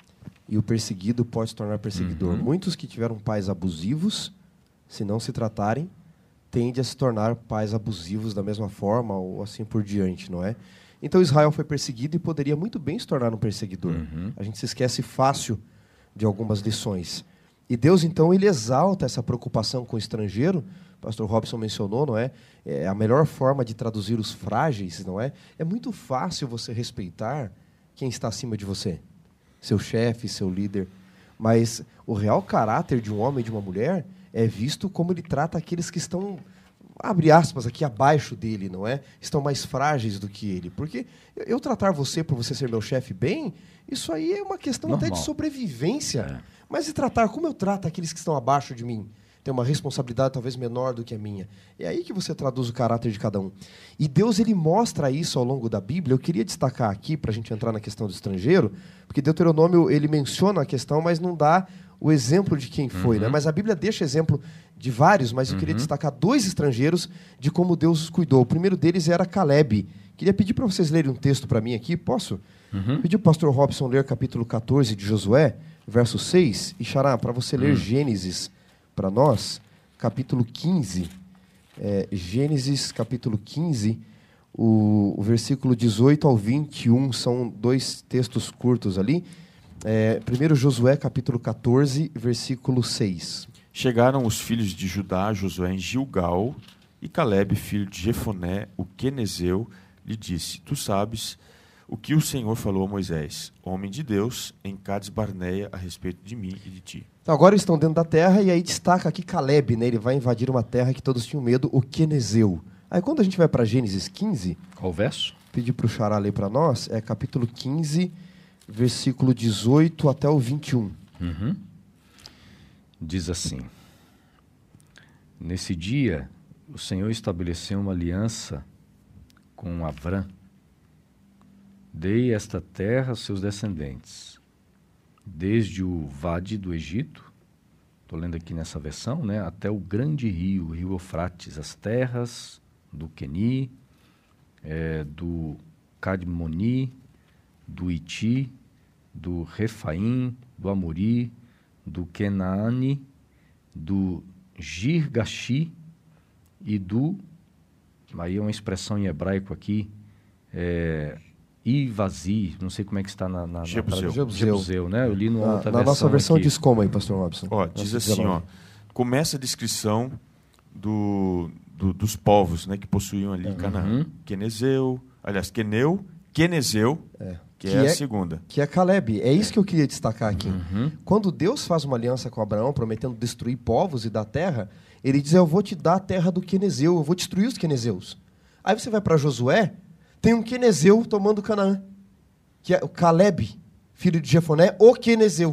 e o perseguido pode se tornar perseguidor. Muitos que tiveram pais abusivos, se não se tratarem, tendem a se tornar pais abusivos da mesma forma ou assim por diante, não é? Então Israel foi perseguido e poderia muito bem se tornar um perseguidor. A gente se esquece fácil de algumas lições. E Deus, então, ele exalta essa preocupação com o estrangeiro. O pastor Robson mencionou, não é? É a melhor forma de traduzir os frágeis, não é? É muito fácil você respeitar quem está acima de você. Seu chefe, seu líder. Mas o real caráter de um homem e de uma mulher é visto como ele trata aqueles que estão, abre aspas, aqui abaixo dele, não é? Estão mais frágeis do que ele. Porque eu tratar você por você ser meu chefe bem, isso aí é uma questão até de sobrevivência. Mas e tratar como eu trato aqueles que estão abaixo de mim? Tem uma responsabilidade talvez menor do que a minha. É aí que você traduz o caráter de cada um. E Deus, ele mostra isso ao longo da Bíblia. Eu queria destacar aqui, para a gente entrar na questão do estrangeiro, porque Deuteronômio, ele menciona a questão, mas não dá o exemplo de quem foi. Né? Mas a Bíblia deixa exemplo de vários, mas eu queria destacar 2 estrangeiros de como Deus os cuidou. O primeiro deles era Calebe. Queria pedir para vocês lerem um texto para mim aqui, posso? Pedir para o pastor Robson ler capítulo 14 de Josué, verso 6. E Xará, para você ler Gênesis para nós, capítulo 15. Gênesis, capítulo 15, o versículo 18 ao 21, são 2 textos curtos ali. Primeiro Josué, capítulo 14, versículo 6. Chegaram os filhos de Judá a Josué em Gilgal, e Calebe, filho de Jefoné, o quenezeu, lhe disse: Tu sabes o que o Senhor falou a Moisés, homem de Deus, em Cades Barneia, a respeito de mim e de ti. Então, agora eles estão dentro da terra, e aí destaca aqui Calebe, né? Ele vai invadir uma terra que todos tinham medo, o quenezeu. Aí quando a gente vai para Gênesis 15... Qual verso? Pedir para o Xará ler para nós, capítulo 15, versículo 18 até o 21. Diz assim: Nesse dia, o Senhor estabeleceu uma aliança com Avrã. Dei esta terra aos seus descendentes, desde o Vade do Egito, estou lendo aqui nessa versão, né, até o grande rio, o rio Eufrates, as terras do Queni, do Cadmoni, do Iti, do Refaim, do Amori, do Kenaane, do Girgashi e do, aí é uma expressão em hebraico aqui, Ivazi, não sei como é que está na Jebuseu, né? Eu li numa outra versão. Na nossa versão aqui. Diz como aí, pastor Robson? Diz assim, começa a descrição dos povos, né, que possuíam ali Canaã. Quenezeu, aliás, Quenezeu, que é a segunda. Que é Calebe. É isso que eu queria destacar aqui. Quando Deus faz uma aliança com Abraão, prometendo destruir povos e dar terra, ele diz: eu vou te dar a terra do Quenezeu, eu vou destruir os quenezeus. Aí você vai para Josué, tem um quenezeu tomando Canaã, que é o Calebe, filho de Jefoné, o quenezeu.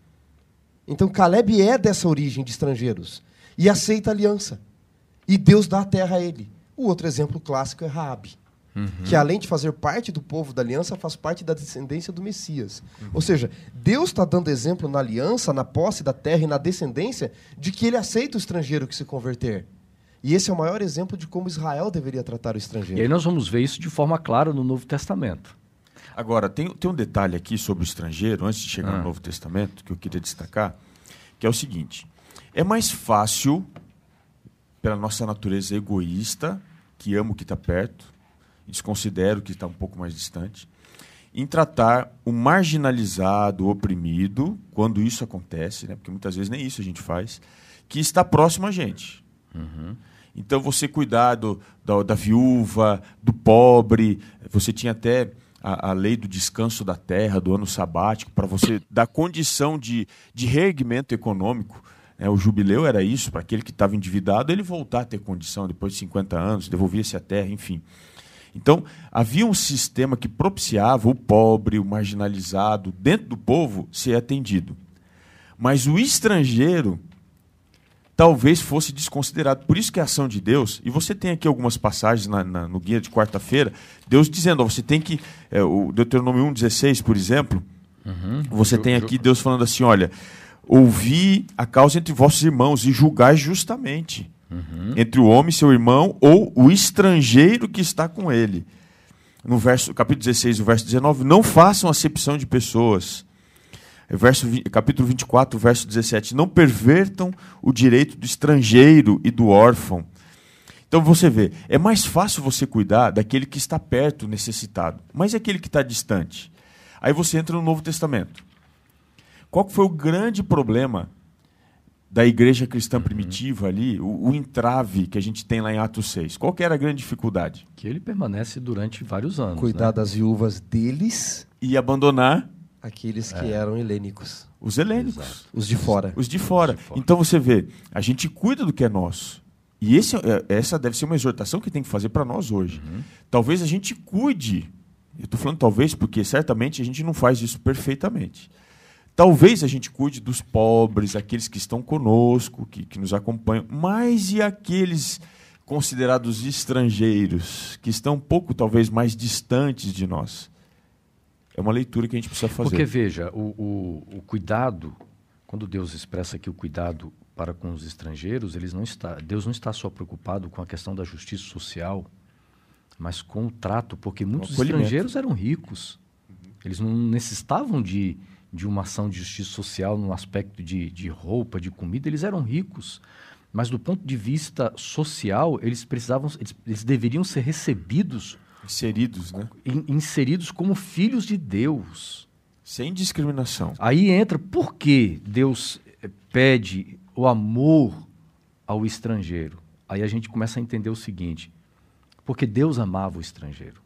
Então Calebe é dessa origem de estrangeiros e aceita a aliança. E Deus dá a terra a ele. O outro exemplo clássico é Raabe, que além de fazer parte do povo da aliança, faz parte da descendência do Messias. Ou seja, Deus está dando exemplo na aliança, na posse da terra e na descendência, de que ele aceita o estrangeiro que se converter. E esse é o maior exemplo de como Israel deveria tratar o estrangeiro. E aí nós vamos ver isso de forma clara no Novo Testamento. Agora, tem um detalhe aqui sobre o estrangeiro, antes de chegar no Novo Testamento, que eu queria destacar, que é o seguinte: é mais fácil, pela nossa natureza egoísta, que amo o que está perto, e desconsidero o que está um pouco mais distante, em tratar o marginalizado, o oprimido, quando isso acontece, né, porque muitas vezes nem isso a gente faz, que está próximo a gente. Então, você cuidar da viúva, do pobre, você tinha até a lei do descanso da terra, do ano sabático, para você dar condição de reerguimento econômico. O jubileu era isso, para aquele que estava endividado, ele voltar a ter condição depois de 50 anos, devolvia-se a terra, enfim. Então, havia um sistema que propiciava o pobre, o marginalizado, dentro do povo, ser atendido. Mas o estrangeiro talvez fosse desconsiderado. Por isso que a ação de Deus, e você tem aqui algumas passagens no guia de quarta-feira, Deus dizendo, você tem que, o Deuteronômio 1,16, por exemplo, você tem aqui Deus falando assim, olha, ouvi a causa entre vossos irmãos e julgai justamente entre o homem e seu irmão ou o estrangeiro que está com ele. No capítulo 16, o verso 19, não façam acepção de pessoas. Capítulo 24, verso 17. Não pervertam o direito do estrangeiro e do órfão. Então você vê, é mais fácil você cuidar daquele que está perto, necessitado. Mas e aquele que está distante? Aí você entra no Novo Testamento. Qual foi o grande problema da igreja cristã primitiva ali, o entrave que a gente tem lá em Atos 6? Qual que era a grande dificuldade? Que ele permanece durante vários anos. Cuidar das viúvas deles e abandonar aqueles que eram helênicos. Os helênicos. Exato. Os de fora. Os de fora. Então você vê, a gente cuida do que é nosso. E essa deve ser uma exortação que tem que fazer para nós hoje. Talvez a gente cuide. Eu estou falando talvez porque certamente a gente não faz isso perfeitamente. Talvez a gente cuide dos pobres, aqueles que estão conosco, que nos acompanham. Mas e aqueles considerados estrangeiros, que estão um pouco, talvez, mais distantes de nós? É uma leitura que a gente precisa fazer. Porque, veja, o cuidado, quando Deus expressa aqui o cuidado para com os estrangeiros, Deus não está só preocupado com a questão da justiça social, mas com o trato, porque muitos estrangeiros eram ricos. Eles não necessitavam de uma ação de justiça social no aspecto de roupa, de comida, eles eram ricos. Mas do ponto de vista social, eles deveriam ser recebidos, inseridos, né? Inseridos como filhos de Deus. Sem discriminação. Aí entra por que Deus pede o amor ao estrangeiro. Aí a gente começa a entender o seguinte: porque Deus amava o estrangeiro.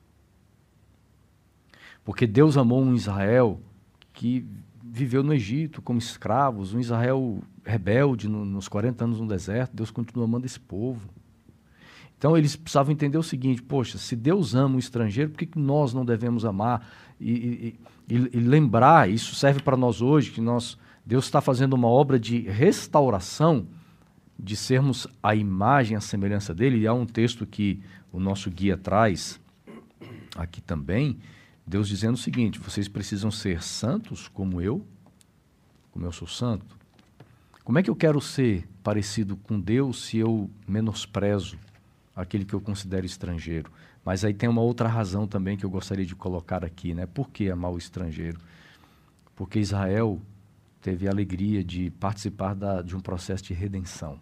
Porque Deus amou um Israel que viveu no Egito como escravos, um Israel rebelde nos 40 anos no deserto. Deus continua amando esse povo. Então eles precisavam entender o seguinte: poxa, se Deus ama o estrangeiro, por que nós não devemos amar? E lembrar, isso serve para nós hoje, que Deus está fazendo uma obra de restauração, de sermos a imagem, a semelhança dele. E há um texto que o nosso guia traz aqui também, Deus dizendo o seguinte: vocês precisam ser santos como eu sou santo. Como é que eu quero ser parecido com Deus se eu menosprezo aquele que eu considero estrangeiro? Mas aí tem uma outra razão também que eu gostaria de colocar aqui, né? Por que amar o estrangeiro? Porque Israel teve a alegria de participar de um processo de redenção.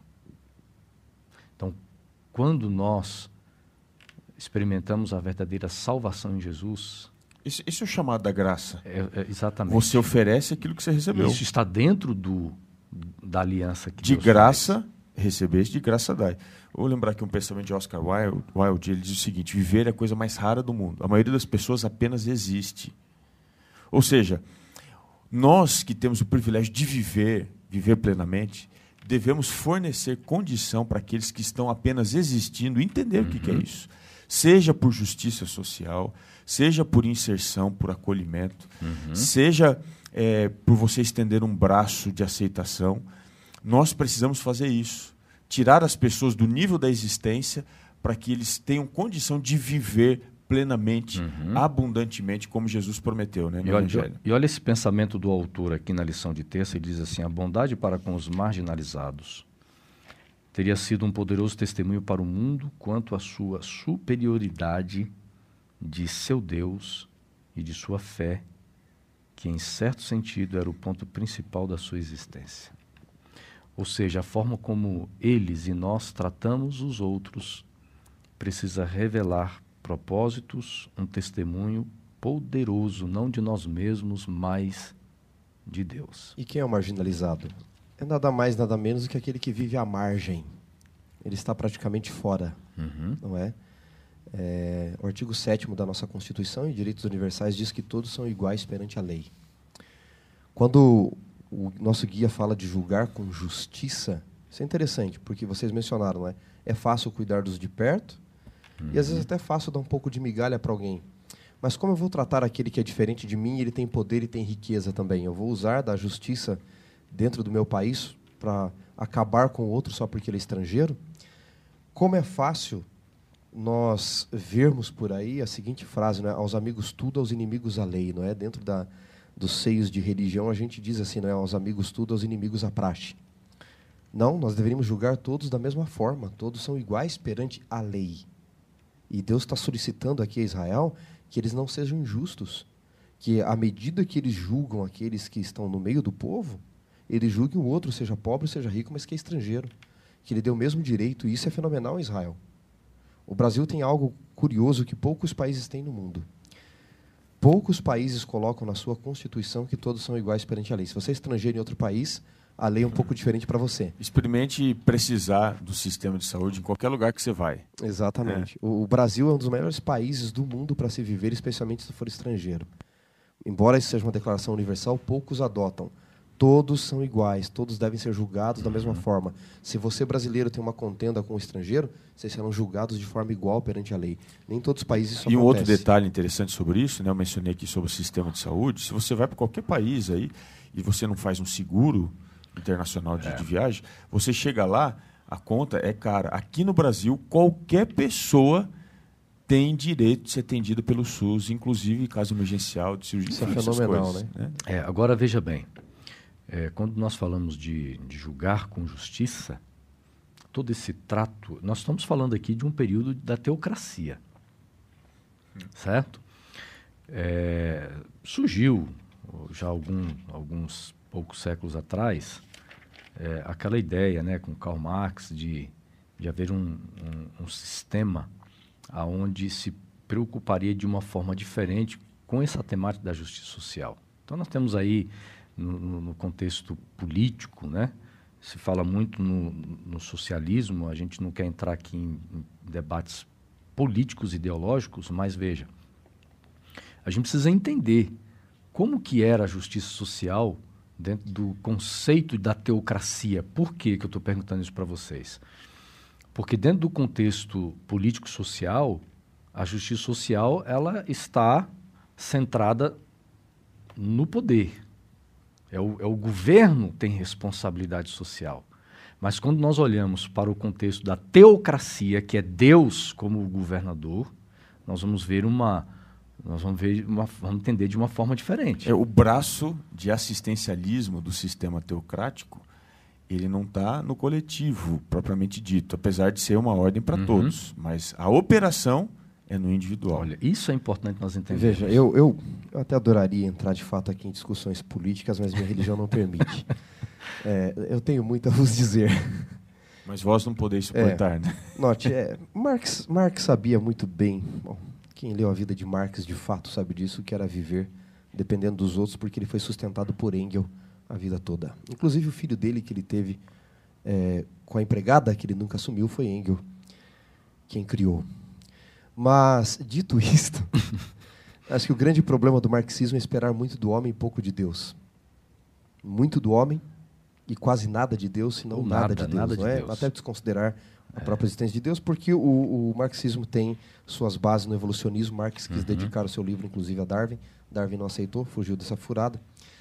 Então, quando nós experimentamos a verdadeira salvação em Jesus... Isso é o chamado da graça. Exatamente. Você oferece aquilo que você recebeu. Isso está dentro da aliança que de Deus graça, faz. Recebeste, de graça dai. Vou lembrar aqui um pensamento de Oscar Wilde. Ele diz o seguinte: viver é a coisa mais rara do mundo. A maioria das pessoas apenas existe. Ou seja, nós que temos o privilégio de viver plenamente, devemos fornecer condição para aqueles que estão apenas existindo entender o que é isso. Seja por justiça social, seja por inserção, por acolhimento, seja por você estender um braço de aceitação. Nós precisamos fazer isso. Tirar as pessoas do nível da existência para que eles tenham condição de viver plenamente, abundantemente, como Jesus prometeu, né, no Evangelho. E olha esse pensamento do autor aqui na lição de terça. Ele diz assim: a bondade para com os marginalizados teria sido um poderoso testemunho para o mundo quanto à sua superioridade de seu Deus e de sua fé, que em certo sentido era o ponto principal da sua existência. Ou seja, a forma como eles e nós tratamos os outros precisa revelar propósitos, um testemunho poderoso, não de nós mesmos, mas de Deus. E quem é o marginalizado? É nada mais, nada menos do que aquele que vive à margem. Ele está praticamente fora, não é? O artigo 7º da nossa Constituição e Direitos Universais diz que todos são iguais perante a lei. Quando o nosso guia fala de julgar com justiça, isso é interessante, porque vocês mencionaram, não é? É fácil cuidar dos de perto, e às vezes até é fácil dar um pouco de migalha para alguém. Mas como eu vou tratar aquele que é diferente de mim, ele tem poder e tem riqueza também? Eu vou usar da justiça dentro do meu país para acabar com o outro só porque ele é estrangeiro? Como é fácil nós vermos por aí a seguinte frase, né? Aos amigos tudo, aos inimigos a lei, não é? Dentro dos seios de religião a gente diz assim, não é? Aos amigos tudo, aos inimigos a praxe. Não, nós deveríamos julgar todos da mesma forma, todos são iguais perante a lei. E Deus está solicitando aqui a Israel que eles não sejam injustos, que à medida que eles julgam aqueles que estão no meio do povo, eles julguem o outro, seja pobre, seja rico, mas que é estrangeiro, que ele dê o mesmo direito, e isso é fenomenal em Israel. O Brasil tem algo curioso que poucos países têm no mundo. Poucos países colocam na sua Constituição que todos são iguais perante a lei. Se você é estrangeiro em outro país, a lei é um pouco diferente para você. Experimente precisar do sistema de saúde em qualquer lugar que você vai. Exatamente. O Brasil é um dos melhores países do mundo para se viver, especialmente se for estrangeiro. Embora isso seja uma declaração universal, poucos adotam. Todos são iguais, todos devem ser julgados da mesma forma. Se você, brasileiro, tem uma contenda com o estrangeiro, vocês serão julgados de forma igual perante a lei. Nem todos os países isso acontece. E um outro detalhe interessante sobre isso, né, eu mencionei aqui sobre o sistema de saúde, se você vai para qualquer país aí e você não faz um seguro internacional de viagem, você chega lá, a conta é cara. Aqui no Brasil, qualquer pessoa tem direito de ser atendido pelo SUS, inclusive em caso emergencial, de cirurgia. Isso é fenomenal, coisas, né? Agora, veja bem, quando nós falamos de julgar com justiça, todo esse trato, nós estamos falando aqui de um período da teocracia, certo? Surgiu, já alguns poucos séculos atrás, aquela ideia, né, com Karl Marx de haver um sistema onde se preocuparia de uma forma diferente com essa temática da justiça social. Então, nós temos aí, no contexto político, né, se fala muito no socialismo, a gente não quer entrar aqui em debates políticos, ideológicos, mas veja, a gente precisa entender como que era a justiça social dentro do conceito da teocracia. Por que eu estou perguntando isso para vocês? Porque dentro do contexto político-social, a justiça social ela está centrada no poder. O governo que tem responsabilidade social. Mas quando nós olhamos para o contexto da teocracia, que é Deus como governador, nós vamos entender de uma forma diferente. O braço de assistencialismo do sistema teocrático, ele não está no coletivo, propriamente dito, apesar de ser uma ordem para todos. Mas a operação é no individual. Olha, isso é importante nós entendermos. Veja, eu até adoraria entrar de fato aqui em discussões políticas, mas minha religião não permite. Eu tenho muito a vos dizer. Mas vós não podeis suportar, né? Note, Marx sabia muito bem, bom, quem leu a vida de Marx de fato sabe disso, que era viver dependendo dos outros, porque ele foi sustentado por Engels a vida toda. Inclusive o filho dele que ele teve com a empregada, que ele nunca assumiu, foi Engels quem criou. Mas, dito isto, acho que o grande problema do marxismo é esperar muito do homem e pouco de Deus. Muito do homem e quase nada de Deus, senão nada de Deus. Nada de Deus. Até desconsiderar a própria existência de Deus, porque o marxismo tem suas bases no evolucionismo. Marx quis dedicar o seu livro, inclusive, a Darwin. Darwin não aceitou, fugiu dessa furada.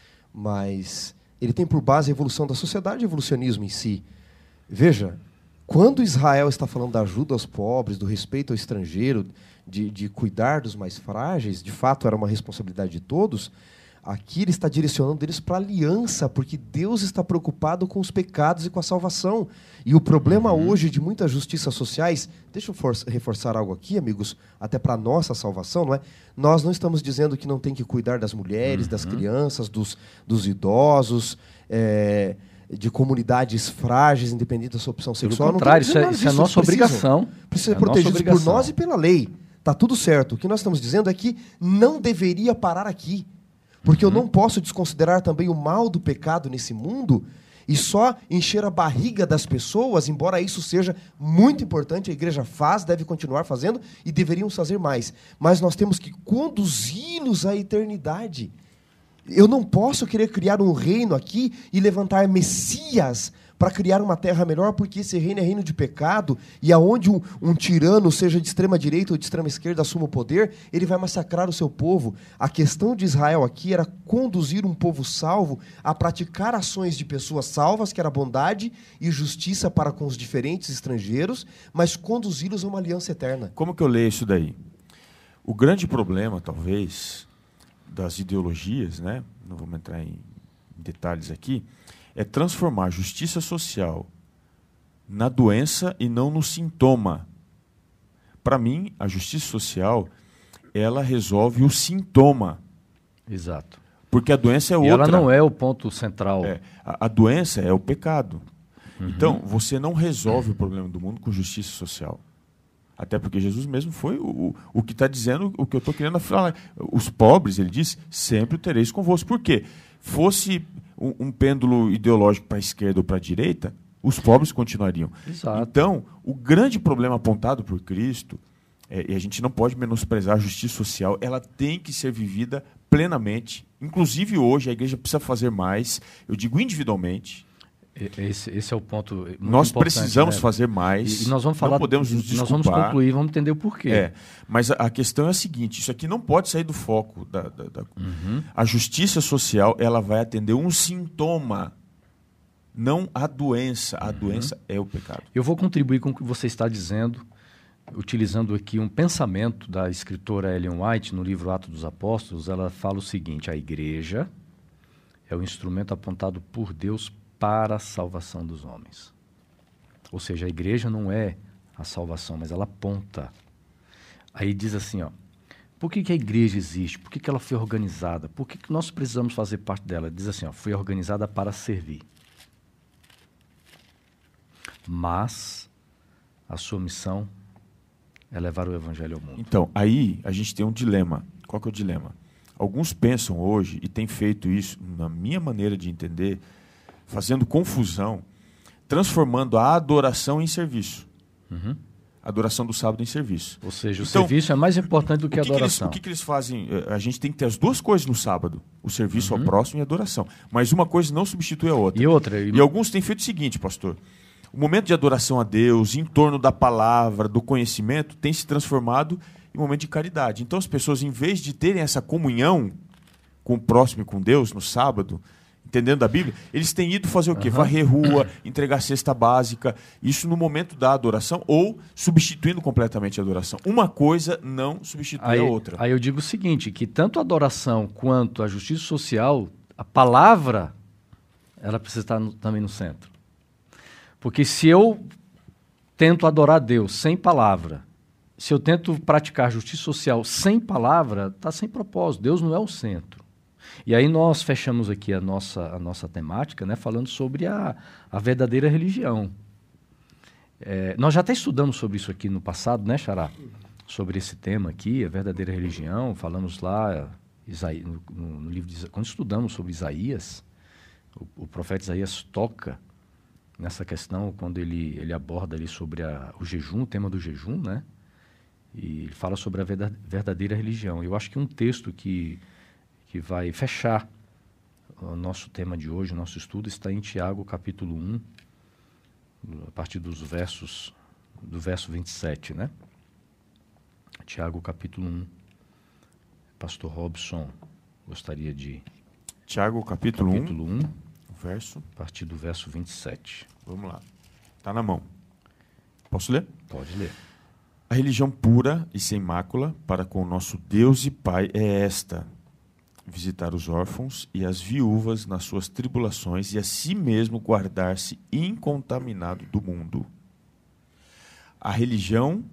Mas ele tem por base a evolução da sociedade e o evolucionismo em si. Veja, quando Israel está falando da ajuda aos pobres, do respeito ao estrangeiro, de cuidar dos mais frágeis, de fato era uma responsabilidade de todos, aqui ele está direcionando eles para a aliança, porque Deus está preocupado com os pecados e com a salvação. E o problema hoje de muitas justiças sociais, deixa eu reforçar algo aqui, amigos, até para a nossa salvação, não é? Nós não estamos dizendo que não tem que cuidar das mulheres, das crianças, dos idosos, de comunidades frágeis, independente da sua opção sexual. Pelo contrário, isso é a nossa obrigação. Precisa ser protegidos por nós e pela lei. Está tudo certo. O que nós estamos dizendo é que não deveria parar aqui. Porque eu não posso desconsiderar também o mal do pecado nesse mundo e só encher a barriga das pessoas, embora isso seja muito importante, a igreja faz, deve continuar fazendo e deveríamos fazer mais. Mas nós temos que conduzi-los à eternidade. Eu não posso querer criar um reino aqui e levantar Messias para criar uma terra melhor, porque esse reino é reino de pecado, e aonde um tirano, seja de extrema direita ou de extrema esquerda, assuma o poder, ele vai massacrar o seu povo. A questão de Israel aqui era conduzir um povo salvo a praticar ações de pessoas salvas, que era bondade e justiça para com os diferentes estrangeiros, mas conduzi-los a uma aliança eterna. Como que eu leio isso daí? O grande problema, talvez, das ideologias, né? Não vamos entrar em detalhes aqui, é transformar a justiça social na doença e não no sintoma. Para mim, a justiça social, ela resolve o sintoma. Exato. Porque a doença é outra. E ela não é o ponto central. A doença é o pecado. Então, você não resolve o problema do mundo com justiça social. Até porque Jesus mesmo foi o que está dizendo, o que eu estou querendo falar. Os pobres, ele diz, sempre o tereis convosco. Por quê? Fosse um pêndulo ideológico para a esquerda ou para a direita, os pobres continuariam. Exato. Então, o grande problema apontado por Cristo, e a gente não pode menosprezar a justiça social, ela tem que ser vivida plenamente. Inclusive hoje, a igreja precisa fazer mais, eu digo individualmente. Esse é o ponto muito nós importante, precisamos né? fazer mais. E nós vamos falar, não podemos nos desculpar. Nós vamos concluir, vamos entender o porquê. Mas a questão é a seguinte: isso aqui não pode sair do foco. A justiça social, ela vai atender um sintoma, não a doença. A doença é o pecado. Eu vou contribuir com o que você está dizendo, utilizando aqui um pensamento da escritora Ellen White no livro Atos dos Apóstolos. Ela fala o seguinte: a igreja é o instrumento apontado por Deus para a salvação dos homens. Ou seja, a igreja não é a salvação, mas ela aponta. Aí diz assim, por que a igreja existe? Por que ela foi organizada? Por que nós precisamos fazer parte dela? Diz assim, foi organizada para servir. Mas a sua missão é levar o evangelho ao mundo. Então, aí a gente tem um dilema. Qual que é o dilema? Alguns pensam hoje, e têm feito isso, na minha maneira de entender, fazendo confusão, transformando a adoração em serviço. A adoração do sábado em serviço. Ou seja, o serviço é mais importante do que a adoração. O que eles fazem? A gente tem que ter as duas coisas no sábado. O serviço ao próximo e a adoração. Mas uma coisa não substitui a outra. E alguns têm feito o seguinte, pastor. O momento de adoração a Deus, em torno da palavra, do conhecimento, tem se transformado em um momento de caridade. Então as pessoas, em vez de terem essa comunhão com o próximo e com Deus no sábado, entendendo a Bíblia, eles têm ido fazer o quê? Varrer rua, entregar cesta básica, isso no momento da adoração, ou substituindo completamente a adoração. Uma coisa não substitui a outra. Aí eu digo o seguinte, que tanto a adoração quanto a justiça social, a palavra, ela precisa estar também no centro. Porque se eu tento adorar Deus sem palavra, se eu tento praticar justiça social sem palavra, está sem propósito. Deus não é o centro. E aí nós fechamos aqui a nossa temática, né, falando sobre a verdadeira religião. Nós já até estudamos sobre isso aqui no passado, né, Xará? Sobre esse tema aqui, a verdadeira religião. Falamos lá no livro de Isaías, quando estudamos sobre Isaías, o profeta Isaías toca nessa questão quando ele aborda ali sobre o jejum, o tema do jejum, né? E ele fala sobre a verdadeira religião. Eu acho que um texto que vai fechar o nosso tema de hoje, o nosso estudo, está em Tiago, capítulo 1, a partir do verso 27, né? Tiago, capítulo 1. Pastor Robson gostaria de... Tiago, capítulo 1, verso... a partir do verso 27. Vamos lá. Está na mão. Posso ler? Pode ler. A religião pura e sem mácula para com o nosso Deus e Pai é esta: visitar os órfãos e as viúvas nas suas tribulações e a si mesmo guardar-se incontaminado do mundo. A religião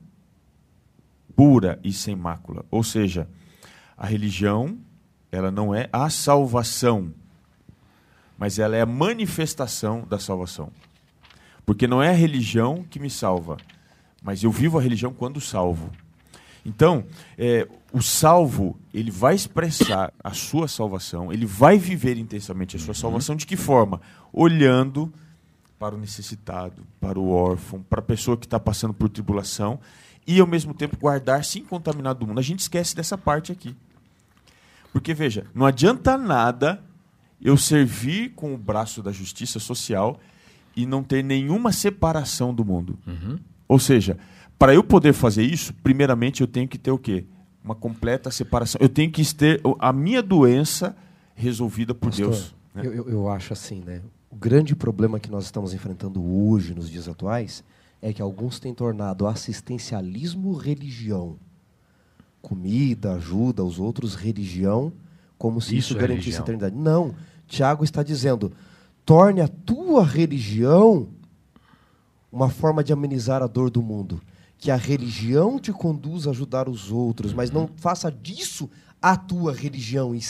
pura e sem mácula, ou seja, a religião, ela não é a salvação, mas ela é a manifestação da salvação. Porque não é a religião que me salva, mas eu vivo a religião quando salvo. Então, o salvo, ele vai expressar a sua salvação, ele vai viver intensamente a sua salvação. De que forma? Olhando para o necessitado, para o órfão, para a pessoa que está passando por tribulação e, ao mesmo tempo, guardar-se incontaminado do mundo. A gente esquece dessa parte aqui. Porque, veja, não adianta nada eu servir com o braço da justiça social e não ter nenhuma separação do mundo. Ou seja, para eu poder fazer isso, primeiramente eu tenho que ter o quê? Uma completa separação. Eu tenho que ter a minha doença resolvida por Pastor, Deus. Né? Eu acho assim, né? O grande problema que nós estamos enfrentando hoje, nos dias atuais, é que alguns têm tornado assistencialismo religião. Comida, ajuda aos outros, religião, como se isso garantisse a eternidade. Não. Tiago está dizendo, torne a tua religião uma forma de amenizar a dor do mundo. Que a religião te conduza a ajudar os outros, mas não faça disso a tua religião em si.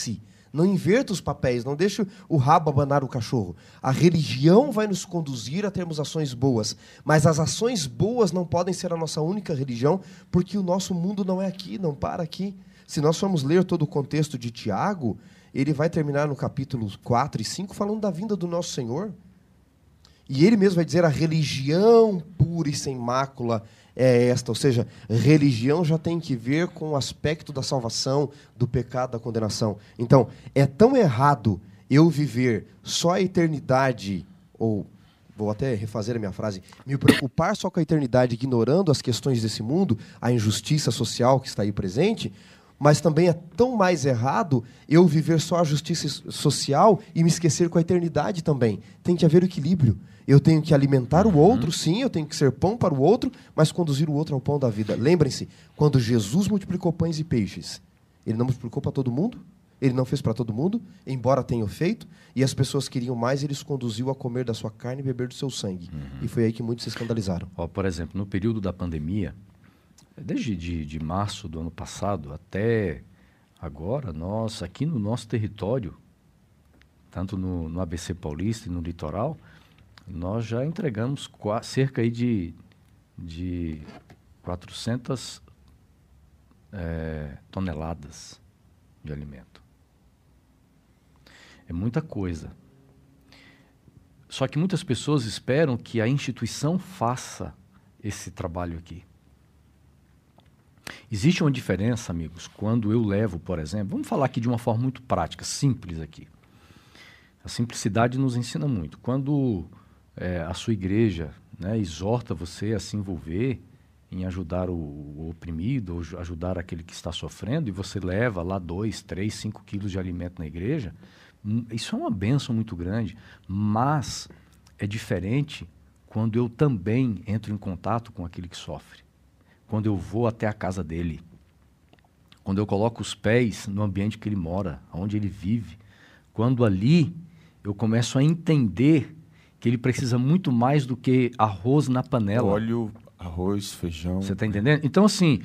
Não inverta os papéis, não deixe o rabo abanar o cachorro. A religião vai nos conduzir a termos ações boas, mas as ações boas não podem ser a nossa única religião, porque o nosso mundo não é aqui, não para aqui. Se nós formos ler todo o contexto de Tiago, ele vai terminar no capítulo 4 e 5 falando da vinda do nosso Senhor. E ele mesmo vai dizer, a religião pura e sem mácula é esta. Ou seja, religião já tem que ver com o aspecto da salvação, do pecado, da condenação. Então, é tão errado eu viver só a eternidade, ou, vou até refazer a minha frase, me preocupar só com a eternidade, ignorando as questões desse mundo, a injustiça social que está aí presente, mas também é tão mais errado eu viver só a justiça social e me esquecer com a eternidade também. Tem que haver equilíbrio. Eu tenho que alimentar o outro, sim, eu tenho que ser pão para o outro, mas conduzir o outro ao pão da vida. Lembrem-se, quando Jesus multiplicou pães e peixes, ele não multiplicou para todo mundo, ele não fez para todo mundo, embora tenha feito, e as pessoas queriam mais, ele os conduziu a comer da sua carne e beber do seu sangue. E foi aí que muitos se escandalizaram. Por exemplo, no período da pandemia, desde de março do ano passado até agora, nós, aqui no nosso território, tanto no ABC Paulista e no litoral, nós já entregamos cerca aí de 400 toneladas de alimento. É muita coisa. Só que muitas pessoas esperam que a instituição faça esse trabalho aqui. Existe uma diferença, amigos, quando eu levo, por exemplo, vamos falar aqui de uma forma muito prática, simples aqui. A simplicidade nos ensina muito. Quando a sua igreja, né, exorta você a se envolver em ajudar o oprimido, ou ajudar aquele que está sofrendo, e você leva lá 2, 3, 5 quilos de alimento na igreja, isso é uma bênção muito grande, mas é diferente quando eu também entro em contato com aquele que sofre, quando eu vou até a casa dele, quando eu coloco os pés no ambiente que ele mora, onde ele vive, quando ali eu começo a entender que ele precisa muito mais do que arroz na panela. Óleo, arroz, feijão. Você está entendendo? Então, assim,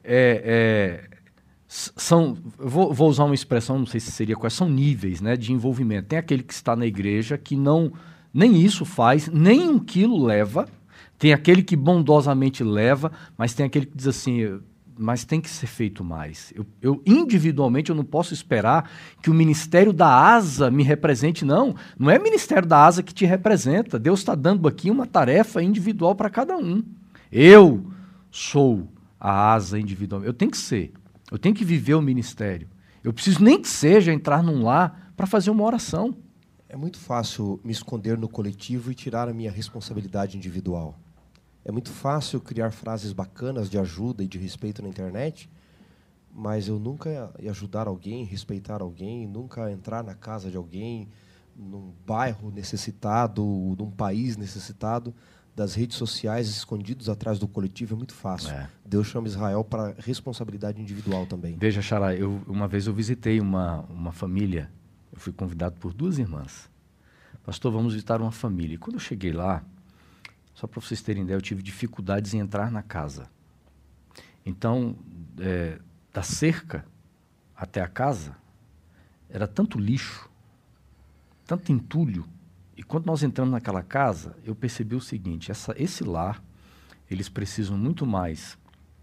vou usar uma expressão, não sei se seria quais, são níveis, né, de envolvimento. Tem aquele que está na igreja que nem isso faz, nem 1 quilo leva. Tem aquele que bondosamente leva, mas tem aquele que diz assim, mas tem que ser feito mais. Eu individualmente, eu não posso esperar que o ministério da asa me represente, não. Não é o ministério da asa que te representa. Deus está dando aqui uma tarefa individual para cada um. Eu sou a asa individual. Eu tenho que ser. Eu tenho que viver o ministério. Eu preciso nem que seja entrar num lar para fazer uma oração. É muito fácil me esconder no coletivo e tirar a minha responsabilidade individual. É muito fácil criar frases bacanas de ajuda e de respeito na internet, mas eu nunca ia ajudar alguém, respeitar alguém, nunca entrar na casa de alguém, num bairro necessitado, num país necessitado. Das redes sociais, escondidos atrás do coletivo, é muito fácil. Deus chama Israel para responsabilidade individual também. Veja, Xará, uma vez eu visitei uma família, eu fui convidado por 2 irmãs. Pastor, vamos visitar uma família. E quando eu cheguei lá, só para vocês terem ideia, eu tive dificuldades em entrar na casa. Então, da cerca até a casa, era tanto lixo, tanto entulho. E quando nós entramos naquela casa, eu percebi o seguinte, esse lar, eles precisam muito mais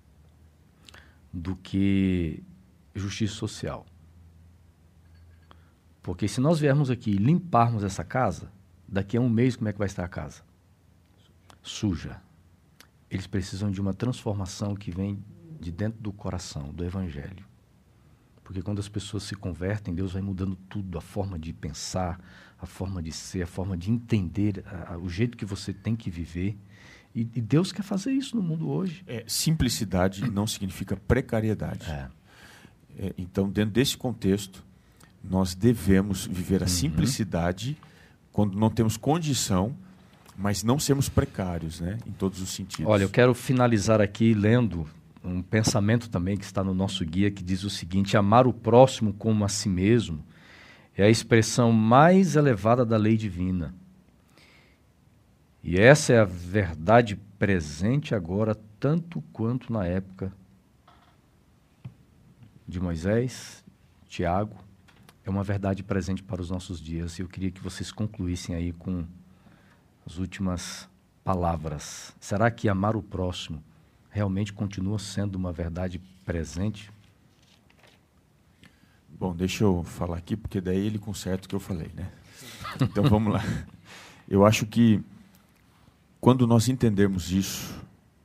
do que justiça social. Porque se nós viermos aqui e limparmos essa casa, daqui a 1 mês, como é que vai estar a casa? Suja. Eles precisam de uma transformação que vem de dentro do coração, do Evangelho. Porque quando as pessoas se convertem, Deus vai mudando tudo, a forma de pensar, a forma de ser, a forma de entender, o jeito que você tem que viver. E Deus quer fazer isso no mundo hoje. Simplicidade não significa precariedade. Então, dentro desse contexto, nós devemos viver a simplicidade quando não temos condição, mas não sermos precários, né, em todos os sentidos. Olha, eu quero finalizar aqui lendo um pensamento também que está no nosso guia, que diz o seguinte: amar o próximo como a si mesmo é a expressão mais elevada da lei divina. E essa é a verdade presente agora, tanto quanto na época de Moisés, Tiago é uma verdade presente para os nossos dias. E eu queria que vocês concluíssem aí com as últimas palavras. Será que amar o próximo realmente continua sendo uma verdade presente? Bom, deixa eu falar aqui, porque daí ele conserta o que eu falei, né? Então vamos lá. Eu acho que quando nós entendermos isso,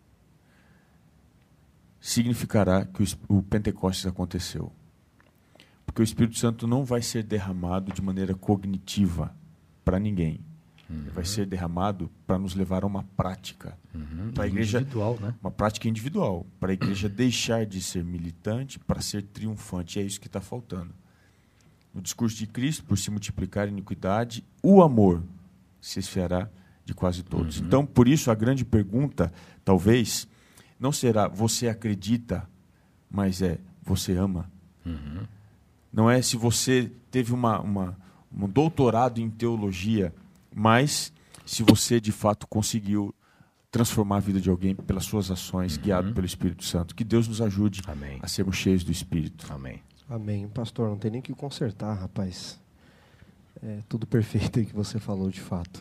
significará que o Pentecostes aconteceu. Porque o Espírito Santo não vai ser derramado de maneira cognitiva para ninguém. Vai ser derramado para nos levar a uma prática. Para a igreja, individual, né? Uma prática individual. Para a igreja deixar de ser militante para ser triunfante. É isso que está faltando. No discurso de Cristo, por se multiplicar a iniquidade, o amor se esfriará de quase todos. Então, por isso, a grande pergunta, talvez, não será você acredita, mas é você ama. Não é se você teve um doutorado em teologia, mas se você de fato conseguiu transformar a vida de alguém pelas suas ações, guiado pelo Espírito Santo. Que Deus nos ajude a sermos cheios do Espírito. Amém. Amém. Pastor, não tem nem que consertar, rapaz. É tudo perfeito aí que você falou de fato.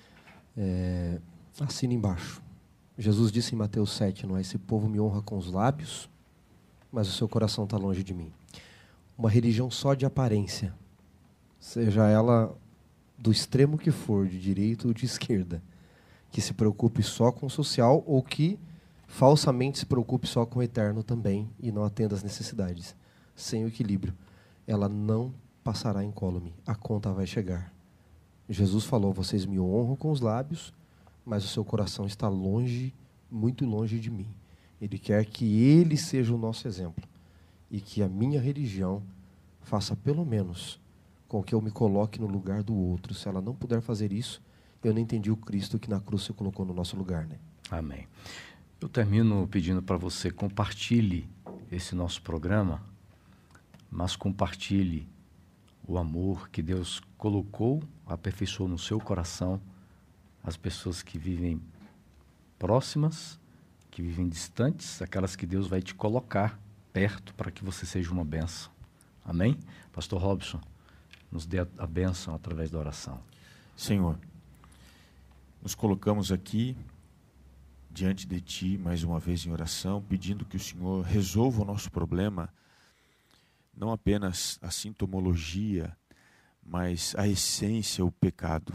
Assina embaixo. Jesus disse em Mateus 7, não é? Esse povo me honra com os lábios, mas o seu coração está longe de mim. Uma religião só de aparência, seja ela do extremo que for, de direita ou de esquerda, que se preocupe só com o social ou que falsamente se preocupe só com o eterno também e não atenda às necessidades. Sem o equilíbrio, ela não passará incólume. A conta vai chegar. Jesus falou, vocês me honram com os lábios, mas o seu coração está longe, muito longe de mim. Ele quer que ele seja o nosso exemplo e que a minha religião faça pelo menos com que eu me coloque no lugar do outro. Se ela não puder fazer isso, eu não entendi o Cristo que na cruz se colocou no nosso lugar, né? Amém. Eu termino pedindo para você compartilhe esse nosso programa, mas compartilhe o amor que Deus colocou, aperfeiçoou no seu coração, as pessoas que vivem próximas, que vivem distantes, aquelas que Deus vai te colocar perto para que você seja uma bênção. Amém? Pastor Robson, nos dê a bênção através da oração. Senhor, nos colocamos aqui diante de Ti, mais uma vez em oração, pedindo que o Senhor resolva o nosso problema, não apenas a sintomologia, mas a essência, o pecado.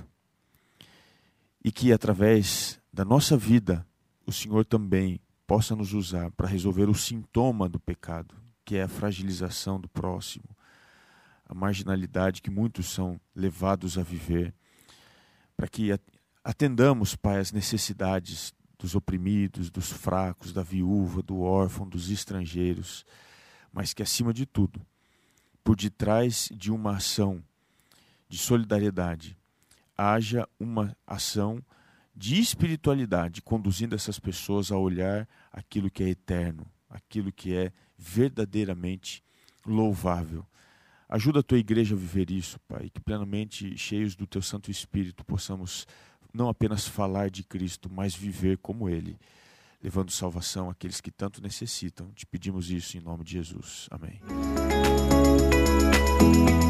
E que através da nossa vida, o Senhor também possa nos usar para resolver o sintoma do pecado, que é a fragilização do próximo, a marginalidade que muitos são levados a viver, para que atendamos, Pai, as necessidades dos oprimidos, dos fracos, da viúva, do órfão, dos estrangeiros, mas que, acima de tudo, por detrás de uma ação de solidariedade, haja uma ação de espiritualidade, conduzindo essas pessoas a olhar aquilo que é eterno, aquilo que é verdadeiramente louvável. Ajuda a tua igreja a viver isso, Pai, que plenamente cheios do teu Santo Espírito possamos não apenas falar de Cristo, mas viver como Ele, levando salvação àqueles que tanto necessitam. Te pedimos isso em nome de Jesus. Amém.